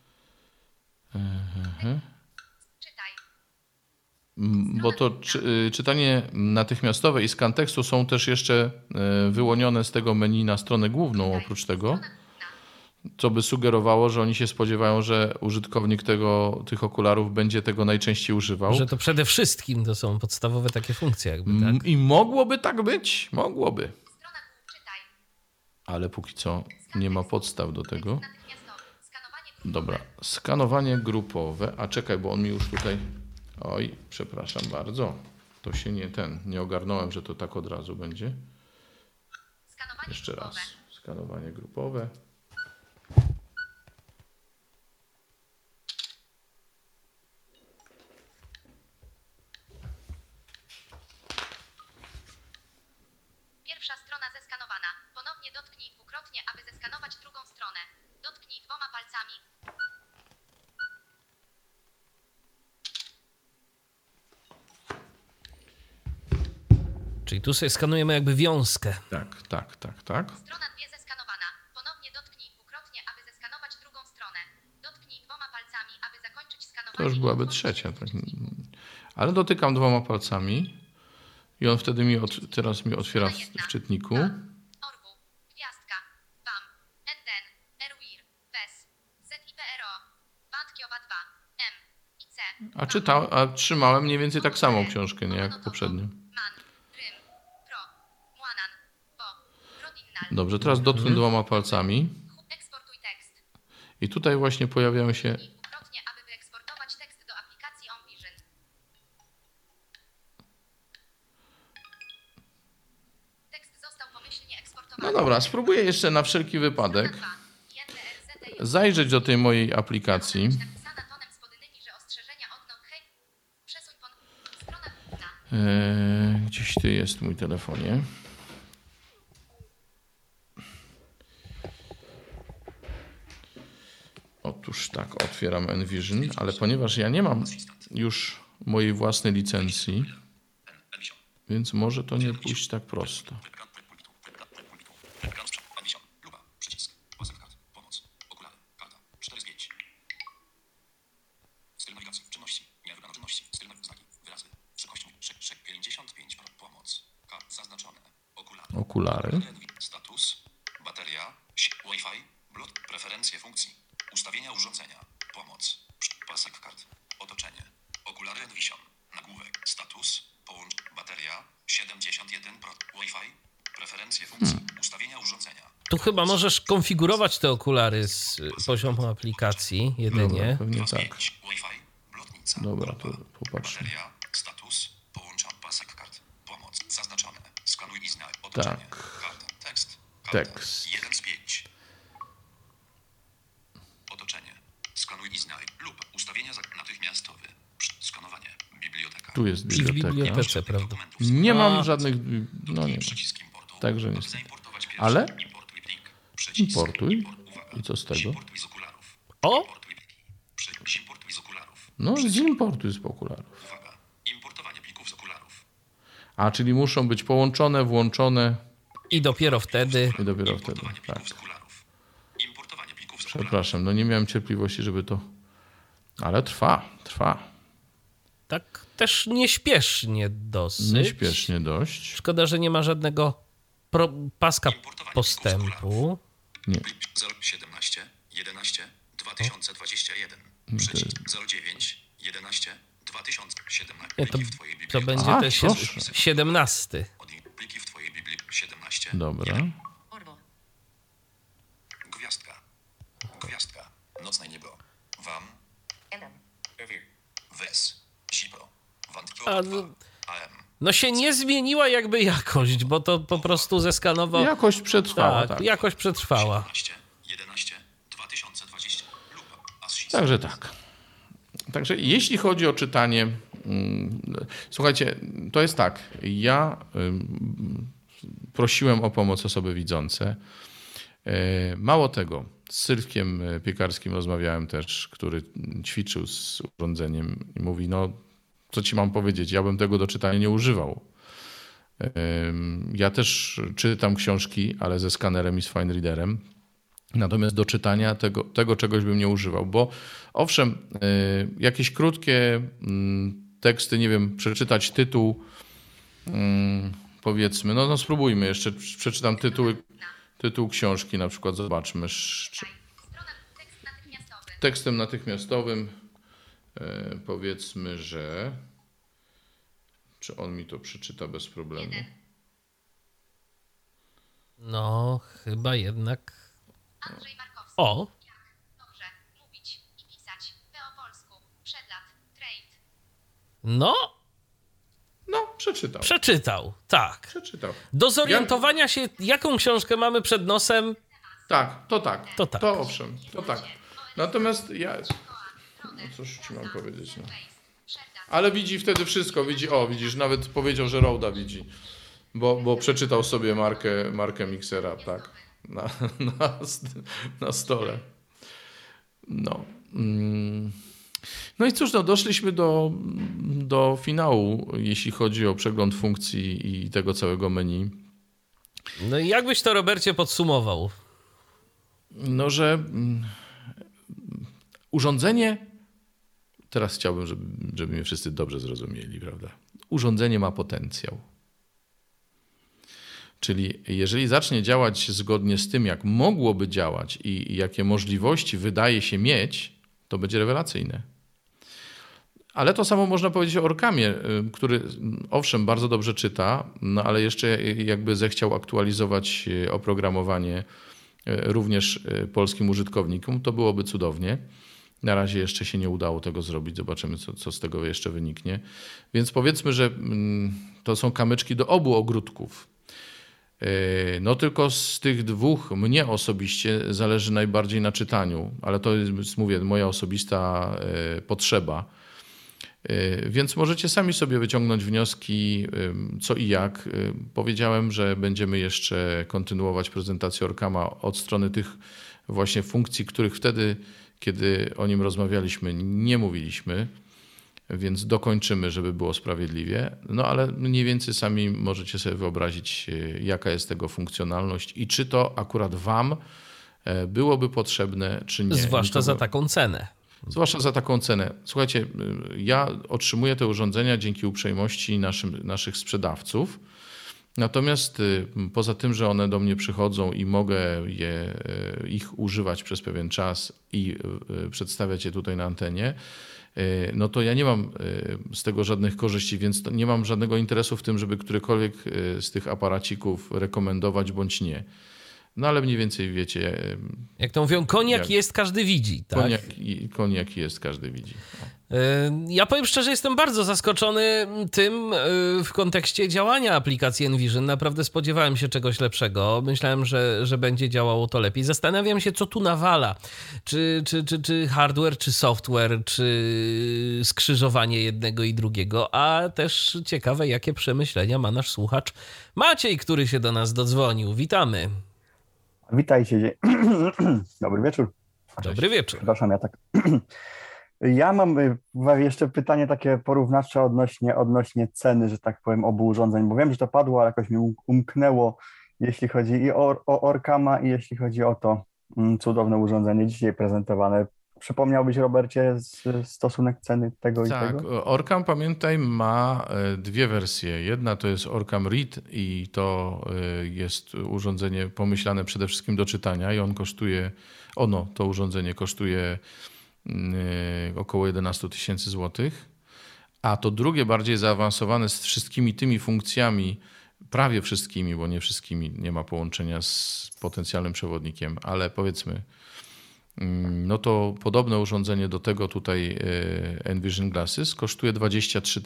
Czytaj. Bo to czytanie natychmiastowe i skan tekstu są też jeszcze wyłonione z tego menu na stronę główną oprócz tego, co by sugerowało, że oni się spodziewają, że użytkownik tych okularów będzie tego najczęściej używał. Że to przede wszystkim to są podstawowe takie funkcje jakby, tak? I mogłoby tak być, mogłoby. Strona czytaj. Ale póki co nie ma podstaw do tego. Skanowanie grupowe. Dobra, skanowanie grupowe. A czekaj, bo on mi już tutaj... Oj, przepraszam bardzo. To się nie ogarnąłem, że to tak od razu będzie. Skanowanie Jeszcze grupowe. raz. Skanowanie grupowe. Pierwsza strona zeskanowana. Ponownie dotknij dwukrotnie, aby zeskanować drugą stronę. Dotknij 2 palcami. Czyli tu sobie skanujemy jakby wiązkę. Tak. Strona 2 zeskanowana. Ponownie dotknij dwukrotnie, aby zeskanować drugą stronę. Dotknij 2 palcami, aby zakończyć skanowanie. To już byłaby trzecia. Tak. Ale dotykam 2 palcami i on wtedy teraz mi otwiera w czytniku. Orwu, Gwiazdka, BAM, NDN, Erwir, WES, ZIPRO, Wandkiowa 2, M, IC. A trzymałem mniej więcej tak samą książkę, nie jak poprzednio. Man, Rym, Pro, Młanan, Bo, Rodinnal. Dobrze, teraz dotknę 2 palcami Eksportuj tekst. i tutaj właśnie pojawiają się... Dwukrotnie, aby wyeksportować tekst do aplikacji OnVision. Tekst został pomyślnie eksportowany. No dobra, spróbuję jeszcze na wszelki wypadek zajrzeć do tej mojej aplikacji. Napisana tonem spodnymi, że ostrzeżenia okno hej. Przesuń strona główna. Gdzieś tu jest mój telefonie. Otóż tak, otwieram Envision, ale ponieważ ja nie mam już mojej własnej licencji, więc może to nie pójść tak prosto. Okulary. Status, bateria, Wi-Fi, Bluetooth, preferencje funkcji, ustawienia urządzenia, pomoc, pasek kart, otoczenie, okulary Vision, nagłówek, status, połącz, bateria, 71%, Wi-Fi, preferencje funkcji, ustawienia urządzenia. Tu chyba możesz konfigurować te okulary z poziomu aplikacji jedynie. Dobra, pewnie tak. Wi-Fi, blotnica. Dobra, to popatrzmy. Bateria, status, połącza pasek kart, pomoc, zaznaczone, skanuj i znaj, otoczenie, Tak. karta, tekst, karta, Tekst. 1 z 5. Otoczenie, skanuj i znaj lub ustawienia natychmiastowe, skanowanie, biblioteka. Tu jest I w biblioteka. bibliotece, prawda? Dokumentów, Nie mam żadnych... No nie. przycisk importu, Także aby niestety. zaimportować pierwszy, Ale importuj plik, przycisk, importuj. uwaga, I co z tego? Importuj z okularów. O! Importuj pliki. Importuj z okularów. No zimportuj z okularów. Uwaga, importowanie plików z okularów. A, czyli muszą być połączone, włączone I dopiero wtedy. i dopiero wtedy. Importowanie Tak. plików z okularów. Importowanie plików z okularów. Przepraszam, no nie miałem cierpliwości, żeby to... Ale trwa. Tak też nieśpiesznie dosyć. Nieśpiesznie dość. Szkoda, że nie ma żadnego paska postępu. Nie. 017 11 2021. Przycisk 09 11 2017. Nie, to, Pliki w twojej to bibliotece. będzie A, też proszę. 17. Pliki w twojej biblii 17. Dobra. Gwiazdka. Gwiazdka. Nocne niebo. Wam. Ewir. Wes. Zipro. A, Wantko. AM. no się nie zmieniła jakby jakość, bo to po prostu zeskanował. Jakość przetrwała, tak. Jakość przetrwała. 17 11 2020. Lupa. Asis. Także tak. Także jeśli chodzi o czytanie, słuchajcie, to jest tak. Ja prosiłem o pomoc osoby widzące. Mało tego, z Sylwkiem Piekarskim rozmawiałem też, który ćwiczył z urządzeniem i mówi, no co ci mam powiedzieć, ja bym tego do czytania nie używał. Ja też czytam książki, ale ze skanerem i z fine readerem. Natomiast do czytania tego czegoś bym nie używał, bo owszem, jakieś krótkie teksty, nie wiem, przeczytać tytuł, powiedzmy, no spróbujmy jeszcze, przeczytam tytuł książki, na przykład zobaczmy. Strona tekst natychmiastowy. Tekstem natychmiastowym powiedzmy, że czy on mi to przeczyta bez problemu? No, chyba jednak. Andrzej Markowski. O! Dobrze. Mówić i pisać. Po polsku. Przedlat. Trade. No, No, przeczytał. tak. Przeczytał. Do zorientowania się, jaką książkę mamy przed nosem. Tak, to tak. To tak. To owszem, to tak. Natomiast ja... No cóż ci mam powiedzieć, no. Ale widzi wtedy wszystko, widzisz, nawet powiedział, że Roda widzi, bo przeczytał sobie markę miksera, tak, na stole. No. No i cóż, no doszliśmy do finału, jeśli chodzi o przegląd funkcji i tego całego menu. No i jak byś to, Robercie, podsumował? No, że urządzenie, teraz chciałbym, żeby mnie wszyscy dobrze zrozumieli, prawda? Urządzenie ma potencjał. Czyli jeżeli zacznie działać zgodnie z tym, jak mogłoby działać i jakie możliwości wydaje się mieć, to będzie rewelacyjne. Ale to samo można powiedzieć o Orkamie, który owszem bardzo dobrze czyta, no ale jeszcze jakby zechciał aktualizować oprogramowanie również polskim użytkownikom, to byłoby cudownie. Na razie jeszcze się nie udało tego zrobić, zobaczymy co z tego jeszcze wyniknie. Więc powiedzmy, że to są kamyczki do obu ogródków. No tylko z tych dwóch mnie osobiście zależy najbardziej na czytaniu, ale to jest, mówię, moja osobista potrzeba. Więc możecie sami sobie wyciągnąć wnioski, co i jak. Powiedziałem, że będziemy jeszcze kontynuować prezentację Orkama od strony tych właśnie funkcji, których wtedy, kiedy o nim rozmawialiśmy, nie mówiliśmy. więc dokończymy, żeby było sprawiedliwie. No ale mniej więcej sami możecie sobie wyobrazić, jaka jest tego funkcjonalność i czy to akurat wam byłoby potrzebne, czy nie. Zwłaszcza za taką cenę. Zwłaszcza za taką cenę. Słuchajcie, ja otrzymuję te urządzenia dzięki uprzejmości naszych sprzedawców. Natomiast poza tym, że one do mnie przychodzą i mogę ich używać przez pewien czas i przedstawiać je tutaj na antenie, no to ja nie mam z tego żadnych korzyści, więc nie mam żadnego interesu w tym, żeby którykolwiek z tych aparacików rekomendować bądź nie. No ale mniej więcej wiecie. Jak to mówią, koniak jest, każdy widzi. Tak? Koniak jest, każdy widzi. Ja powiem szczerze, jestem bardzo zaskoczony tym w kontekście działania aplikacji Envision. Naprawdę spodziewałem się czegoś lepszego. Myślałem, że będzie działało to lepiej. Zastanawiam się, co tu nawala. Czy hardware, czy software, czy skrzyżowanie jednego i drugiego. A też ciekawe, jakie przemyślenia ma nasz słuchacz Maciej, który się do nas dodzwonił. Witamy. Witajcie. Dobry wieczór. Dobry wieczór. Przepraszam, ja tak... Ja mam jeszcze pytanie takie porównawcze odnośnie ceny, że tak powiem, obu urządzeń, bo wiem, że to padło, ale jakoś mi umknęło, jeśli chodzi i o Orcama i jeśli chodzi o to cudowne urządzenie dzisiaj prezentowane. Przypomniałbyś, Robercie, stosunek ceny tego i tego? Tak, Orcam, pamiętaj, ma dwie wersje. Jedna to jest Orcam Read i to jest urządzenie pomyślane przede wszystkim do czytania i to urządzenie kosztuje około 11 000 złotych, a to drugie, bardziej zaawansowane z wszystkimi tymi funkcjami, prawie wszystkimi, bo nie wszystkimi, nie ma połączenia z potencjalnym przewodnikiem, ale powiedzmy, no to podobne urządzenie do tego tutaj Envision Glasses kosztuje 23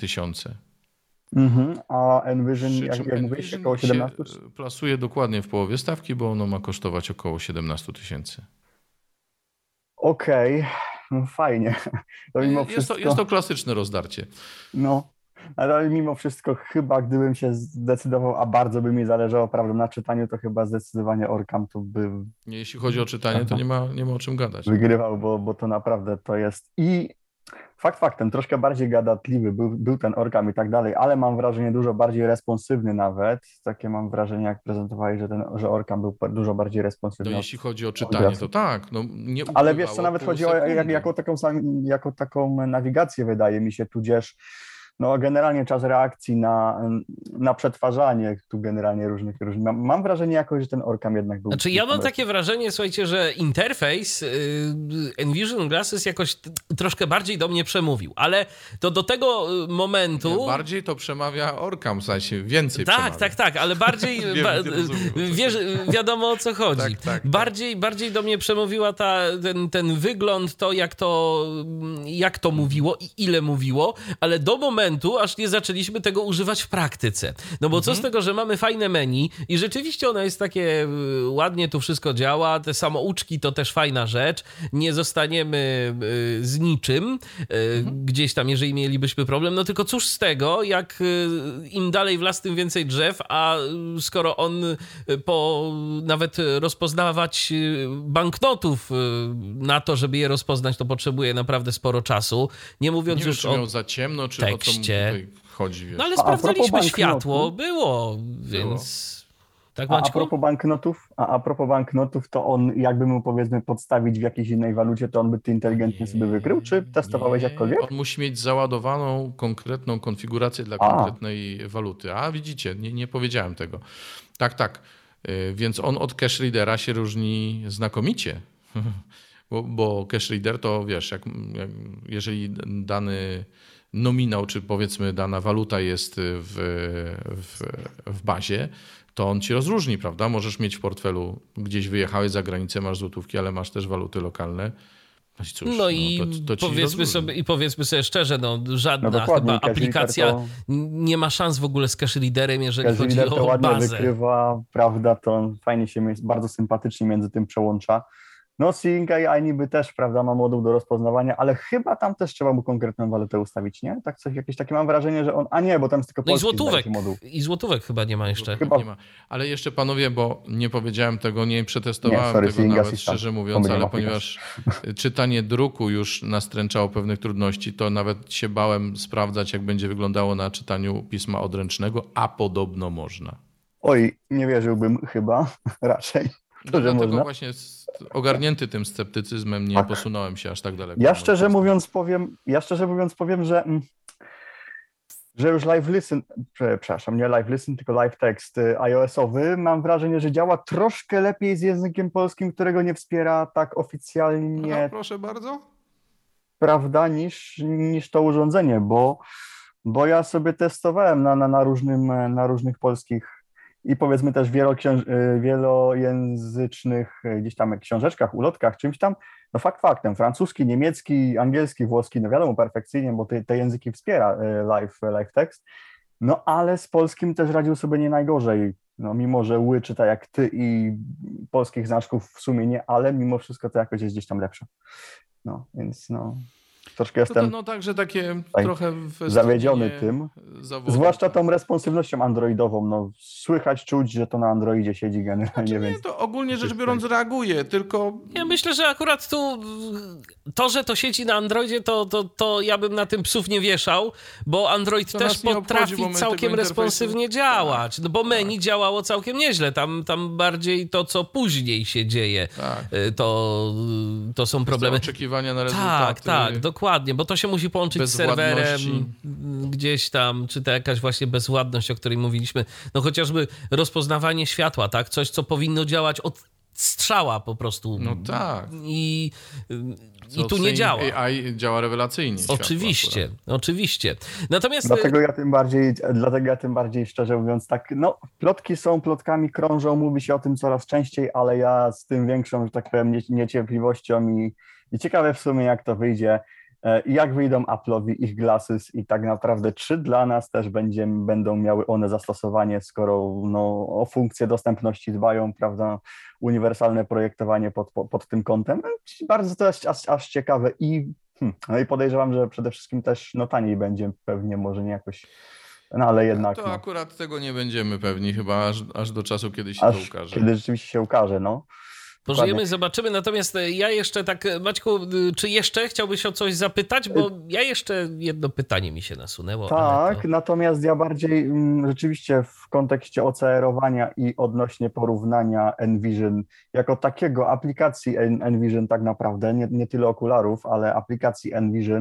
000. A Envision, jak mówisz, około 17 000? Plasuje dokładnie w połowie stawki, bo ono ma kosztować około 17 000. Okej. No fajnie. To mimo wszystko... jest to klasyczne rozdarcie. No, ale mimo wszystko chyba gdybym się zdecydował, a bardzo by mi zależało, prawda, na czytaniu, to chyba zdecydowanie Orcam tu by... Jeśli chodzi o czytanie, to nie ma o czym gadać. Wygrywał, bo to naprawdę to jest... I faktem, troszkę bardziej gadatliwy był ten Orcam i tak dalej, ale mam wrażenie dużo bardziej responsywny nawet. Takie mam wrażenie, jak prezentowali, że Orcam był dużo bardziej responsywny. No jeśli chodzi o czytanie, to tak. No, nie ale wiesz co, nawet chodzi o jako taką nawigację, wydaje mi się, tudzież no generalnie czas reakcji na przetrważanie tu generalnie różnych. Mam wrażenie jakoś, że ten Orcam jednak był... Znaczy ja mam takie wrażenie, słuchajcie, że interfejs Envision Glasses jakoś troszkę bardziej do mnie przemówił, ale to do tego momentu... Bardziej to przemawia Orcam, w sensie więcej Tak, ale bardziej... wiadomo o co chodzi. Tak. Bardziej do mnie przemówiła ten wygląd, to jak to mówiło i ile mówiło, ale do momentu, aż nie zaczęliśmy tego używać w praktyce. No bo co z tego, że mamy fajne menu i rzeczywiście ono jest takie, ładnie tu wszystko działa, te samouczki to też fajna rzecz, nie zostaniemy z niczym gdzieś tam, jeżeli mielibyśmy problem, no tylko cóż z tego, jak im dalej w las, tym więcej drzew, a skoro on nawet rozpoznawać banknotów na to, żeby je rozpoznać, to potrzebuje naprawdę sporo czasu. Nie mówiąc już o za ciemno, czy o co tutaj chodzi. Wiesz. No ale sprawdzaliśmy światło, było, więc... Tak, a propos banknotów, to on jakby mu powiedzmy podstawić w jakiejś innej walucie, to on by ty inteligentnie sobie wykrył, czy testowałeś jakkolwiek? On musi mieć załadowaną konkretną konfigurację dla konkretnej waluty. A widzicie, nie powiedziałem tego. Tak. Więc on od cache readera się różni znakomicie. Bo cache reader to wiesz, jeżeli dany nominał, czy powiedzmy dana waluta jest w bazie, to on ci rozróżni, prawda? Możesz mieć w portfelu, gdzieś wyjechałeś za granicę, masz złotówki, ale masz też waluty lokalne. No i cóż, powiedzmy sobie szczerze, żadna chyba aplikacja nie ma szans w ogóle z cache readerem, jeżeli chodzi o to ładnie bazę. Wykrywa, prawda, to fajnie się, bardzo sympatycznie między tym przełącza. No Seeing AI niby też, prawda, ma moduł do rozpoznawania, ale chyba tam też trzeba mu konkretną walutę ustawić, nie? Tak coś, jakieś takie mam wrażenie, że on... A nie, bo tam jest tylko No polski moduł. I złotówek chyba nie ma jeszcze. Chyba nie ma. Ale jeszcze panowie, bo nie powiedziałem tego, nie przetestowałem tego nawet, szczerze mówiąc, ale ponieważ czytanie druku już nastręczało pewnych trudności, to nawet się bałem sprawdzać, jak będzie wyglądało na czytaniu pisma odręcznego, a podobno można. Oj, nie wierzyłbym chyba, raczej. No dlatego właśnie ogarnięty tym sceptycyzmem nie posunąłem się aż tak daleko. Ja szczerze mówiąc powiem, że już Live Listen, przepraszam, nie Live Listen, tylko Live Text iOS-owy, mam wrażenie, że działa troszkę lepiej z językiem polskim, którego nie wspiera tak oficjalnie. No, proszę bardzo. Prawda, niż to urządzenie, bo ja sobie testowałem na różnych polskich i powiedzmy też wielojęzycznych gdzieś tam książeczkach, ulotkach, czymś tam, no faktem, francuski, niemiecki, angielski, włoski, no wiadomo perfekcyjnie, bo te języki wspiera live text, no ale z polskim też radził sobie nie najgorzej, no mimo, że ły czyta jak ty i polskich znaczków w sumie nie, ale mimo wszystko to jakoś jest gdzieś tam lepsze, no więc no... Troszkę jestem także takie trochę zawiedziony tym, zawodu. Zwłaszcza tą responsywnością androidową. No, słychać, czuć, że to na Androidzie siedzi generalnie. Nie, to ogólnie rzecz biorąc reaguje, tylko... Ja myślę, że akurat tu to, że to siedzi na Androidzie, to ja bym na tym psów nie wieszał, bo Android to też potrafi całkiem responsywnie działać, no bo menu działało całkiem nieźle, tam bardziej to, co później się dzieje, to są problemy. To oczekiwania na rezultaty. Tak, dokładnie, bo to się musi połączyć z serwerem gdzieś tam, czy to jakaś właśnie bezładność, o której mówiliśmy, no chociażby rozpoznawanie światła, tak, coś, co powinno działać od strzała po prostu. No tak. I tu nie działa. AI działa rewelacyjnie. Oczywiście. Natomiast... Dlatego ja tym bardziej szczerze mówiąc tak, no plotki są plotkami, krążą, mówi się o tym coraz częściej, ale ja z tym większą, że tak powiem, niecierpliwością i ciekawe w sumie jak to wyjdzie i jak wyjdą Apple'owi ich glasses i tak naprawdę czy dla nas też będą miały one zastosowanie, skoro no, o funkcję dostępności dbają, prawda, uniwersalne projektowanie pod tym kątem. Bardzo to jest aż ciekawe no i podejrzewam, że przede wszystkim też no, taniej będzie pewnie, może nie jakoś, no ale jednak. To akurat tego nie będziemy pewni chyba aż do czasu, kiedy się to ukaże. Kiedy rzeczywiście się ukaże, no. Pożyjemy, zobaczymy. Natomiast ja jeszcze tak, Maćku, czy jeszcze chciałbyś o coś zapytać? Bo ja jeszcze jedno pytanie mi się nasunęło. Tak, natomiast ja bardziej rzeczywiście w kontekście OCR-owania i odnośnie porównania Envision jako takiego aplikacji Envision tak naprawdę, nie tyle okularów, ale aplikacji Envision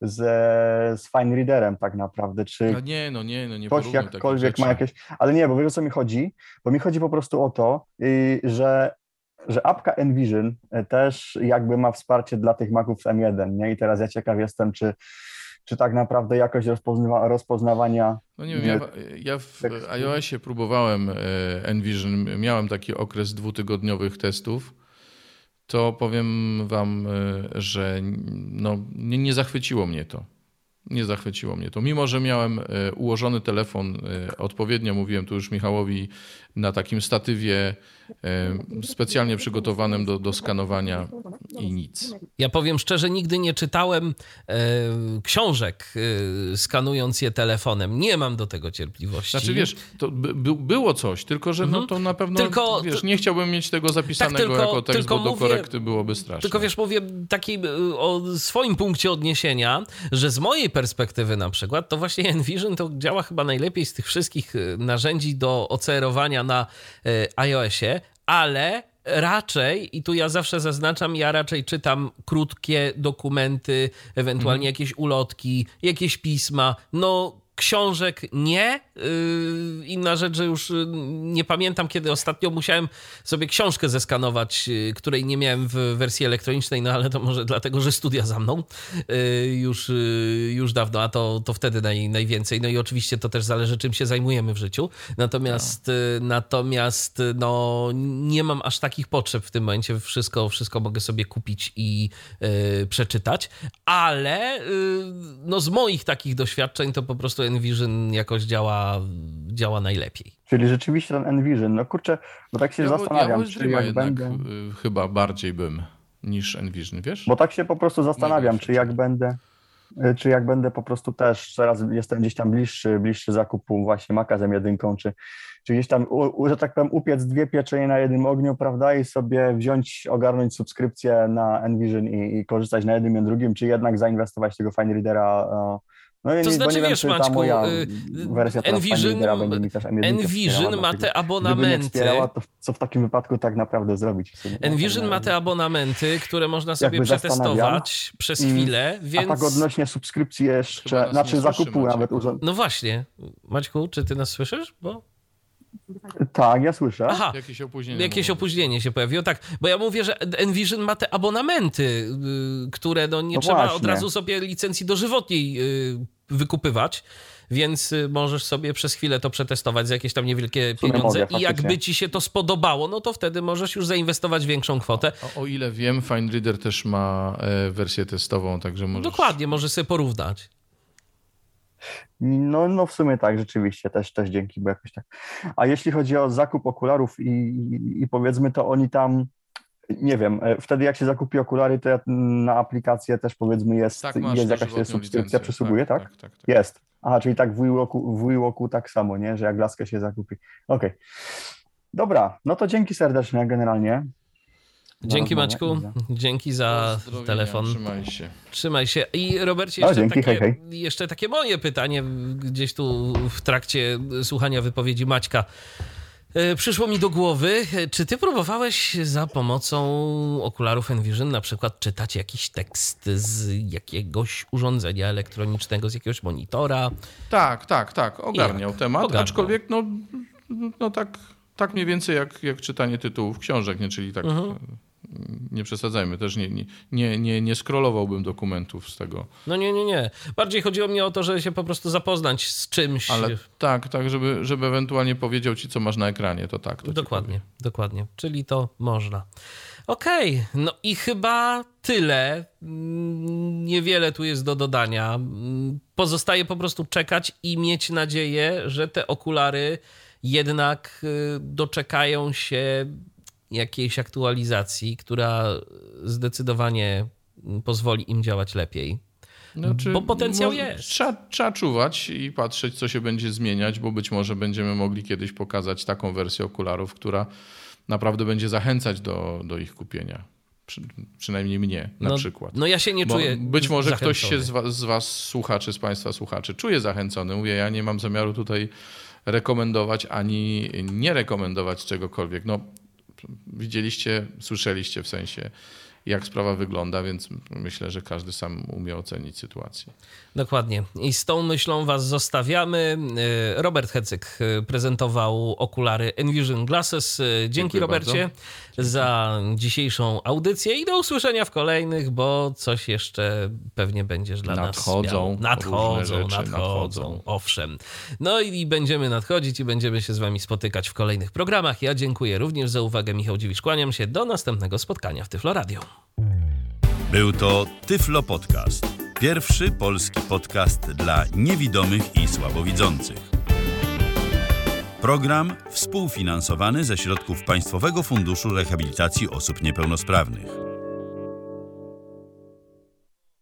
z Fine Readerem tak naprawdę. Czy nie ktoś jakkolwiek ma jakieś... Ale nie, bo wiesz o co mi chodzi? Bo mi chodzi po prostu o to, że apka Envision też jakby ma wsparcie dla tych Maców z M1, nie? I teraz ja ciekaw jestem, czy tak naprawdę jakość rozpoznawania... No nie wiem, ja w iOSie próbowałem Envision, miałem taki okres 2-tygodniowych testów, to powiem wam, że no, nie zachwyciło mnie to. Nie zachwyciło mnie to. Mimo że miałem ułożony telefon, odpowiednio mówiłem tu już Michałowi, na takim statywie specjalnie przygotowanym do skanowania i nic. Ja powiem szczerze, nigdy nie czytałem książek skanując je telefonem. Nie mam do tego cierpliwości. Znaczy wiesz, to było coś, tylko że no to na pewno, wiesz, nie chciałbym mieć tego zapisanego jako tekst, bo do korekty byłoby straszne. Tylko wiesz, mówię o swoim punkcie odniesienia, że z mojej perspektywy na przykład, to właśnie Envision to działa chyba najlepiej z tych wszystkich narzędzi do OCR-owania na iOSie, ale raczej, i tu ja zawsze zaznaczam, ja raczej czytam krótkie dokumenty, ewentualnie jakieś ulotki, jakieś pisma, no książek nie. Inna rzecz, że już nie pamiętam, kiedy ostatnio musiałem sobie książkę zeskanować, której nie miałem w wersji elektronicznej, no ale to może dlatego, że studia za mną już dawno, a to wtedy najwięcej. No i oczywiście to też zależy, czym się zajmujemy w życiu. Natomiast no, nie mam aż takich potrzeb w tym momencie. Wszystko mogę sobie kupić i przeczytać, ale no, z moich takich doświadczeń to po prostu Envision jakoś działa najlepiej. Czyli rzeczywiście ten Envision, no kurczę, bo tak się zastanawiam, czy jak będę... Chyba bardziej bym niż Envision, wiesz? Bo tak się po prostu zastanawiam, czy jak będę po prostu też teraz jestem gdzieś tam bliższy zakupu właśnie Maca z M1, czy gdzieś tam, że tak powiem, upiec 2 pieczenie na jednym ogniu, prawda, i sobie ogarnąć subskrypcję na Envision i korzystać na jednym i drugim, czy jednak zainwestować w tego Fine Readera. To znaczy, wiesz, Maćku, moja wersja Envision będzie mi też M1 Envision ma te abonamenty. Gdyby nie wspierała, to co w takim wypadku tak naprawdę zrobić? Envision ma te abonamenty, które można sobie przetestować przez chwilę, więc... A tak odnośnie subskrypcji jeszcze, znaczy zakupu nawet urządzeń. No właśnie. Maćku, czy ty nas słyszysz? Tak, ja słyszę. Aha, jakieś opóźnienie się pojawiło. Tak, bo ja mówię, że Envision ma te abonamenty, które nie trzeba od razu sobie licencji dożywotniej wykupywać, więc możesz sobie przez chwilę to przetestować za jakieś tam niewielkie pieniądze i jakby ci się to spodobało, no to wtedy możesz już zainwestować większą kwotę. O ile wiem, Fine Reader też ma wersję testową, także możesz... Dokładnie, możesz sobie porównać. No w sumie tak, rzeczywiście, też dzięki, bo jakoś tak. A jeśli chodzi o zakup okularów i powiedzmy, to oni tam, nie wiem, wtedy jak się zakupi okulary, to na aplikację też powiedzmy jest jakaś subskrypcja, przysługuje, tak? Tak. Jest. Aha, czyli tak w WeWalku tak samo, nie? Że jak laskę się zakupi. Okej. Dobra, no to dzięki serdecznie generalnie. Dzięki Maćku, dzięki za telefon. Trzymaj się. I Robercie, jeszcze takie moje pytanie gdzieś tu w trakcie słuchania wypowiedzi Maćka. Przyszło mi do głowy, czy ty próbowałeś za pomocą okularów Envision na przykład czytać jakiś tekst z jakiegoś urządzenia elektronicznego, z jakiegoś monitora? Tak, ogarniał temat, aczkolwiek tak mniej więcej jak czytanie tytułów książek, nie? Czyli tak nie przesadzajmy, też nie scrollowałbym dokumentów z tego. No nie. Bardziej chodziło mi o to, że się po prostu zapoznać z czymś. Ale tak, żeby ewentualnie powiedział ci, co masz na ekranie, to tak. To dokładnie. Czyli to można. Okej, no i chyba tyle. Niewiele tu jest do dodania. Pozostaje po prostu czekać i mieć nadzieję, że te okulary jednak doczekają się jakiejś aktualizacji, która zdecydowanie pozwoli im działać lepiej. Bo potencjał jest. Trzeba czuwać i patrzeć, co się będzie zmieniać, bo być może będziemy mogli kiedyś pokazać taką wersję okularów, która naprawdę będzie zachęcać do ich kupienia. Przynajmniej mnie na przykład. No ja się nie czuję być może zachęcony. Ktoś się z was słuchaczy, z państwa słuchaczy czuje zachęcony. Mówię, ja nie mam zamiaru tutaj rekomendować ani nie rekomendować czegokolwiek. Widzieliście, słyszeliście w sensie, jak sprawa wygląda, więc myślę, że każdy sam umie ocenić sytuację. Dokładnie. I z tą myślą was zostawiamy. Robert Hecyk prezentował okulary Envision Glasses. Dzięki Robercie za dzisiejszą audycję i do usłyszenia w kolejnych, bo coś jeszcze pewnie będziesz dla nas miał. Nadchodzą. Owszem. No i będziemy nadchodzić i będziemy się z wami spotykać w kolejnych programach. Ja dziękuję również za uwagę. Michał Dziwisz, kłaniam się. Do następnego spotkania w Tyflo Radio. Był to Tyflo Podcast. Pierwszy polski podcast dla niewidomych i słabowidzących. Program współfinansowany ze środków Państwowego Funduszu Rehabilitacji Osób Niepełnosprawnych.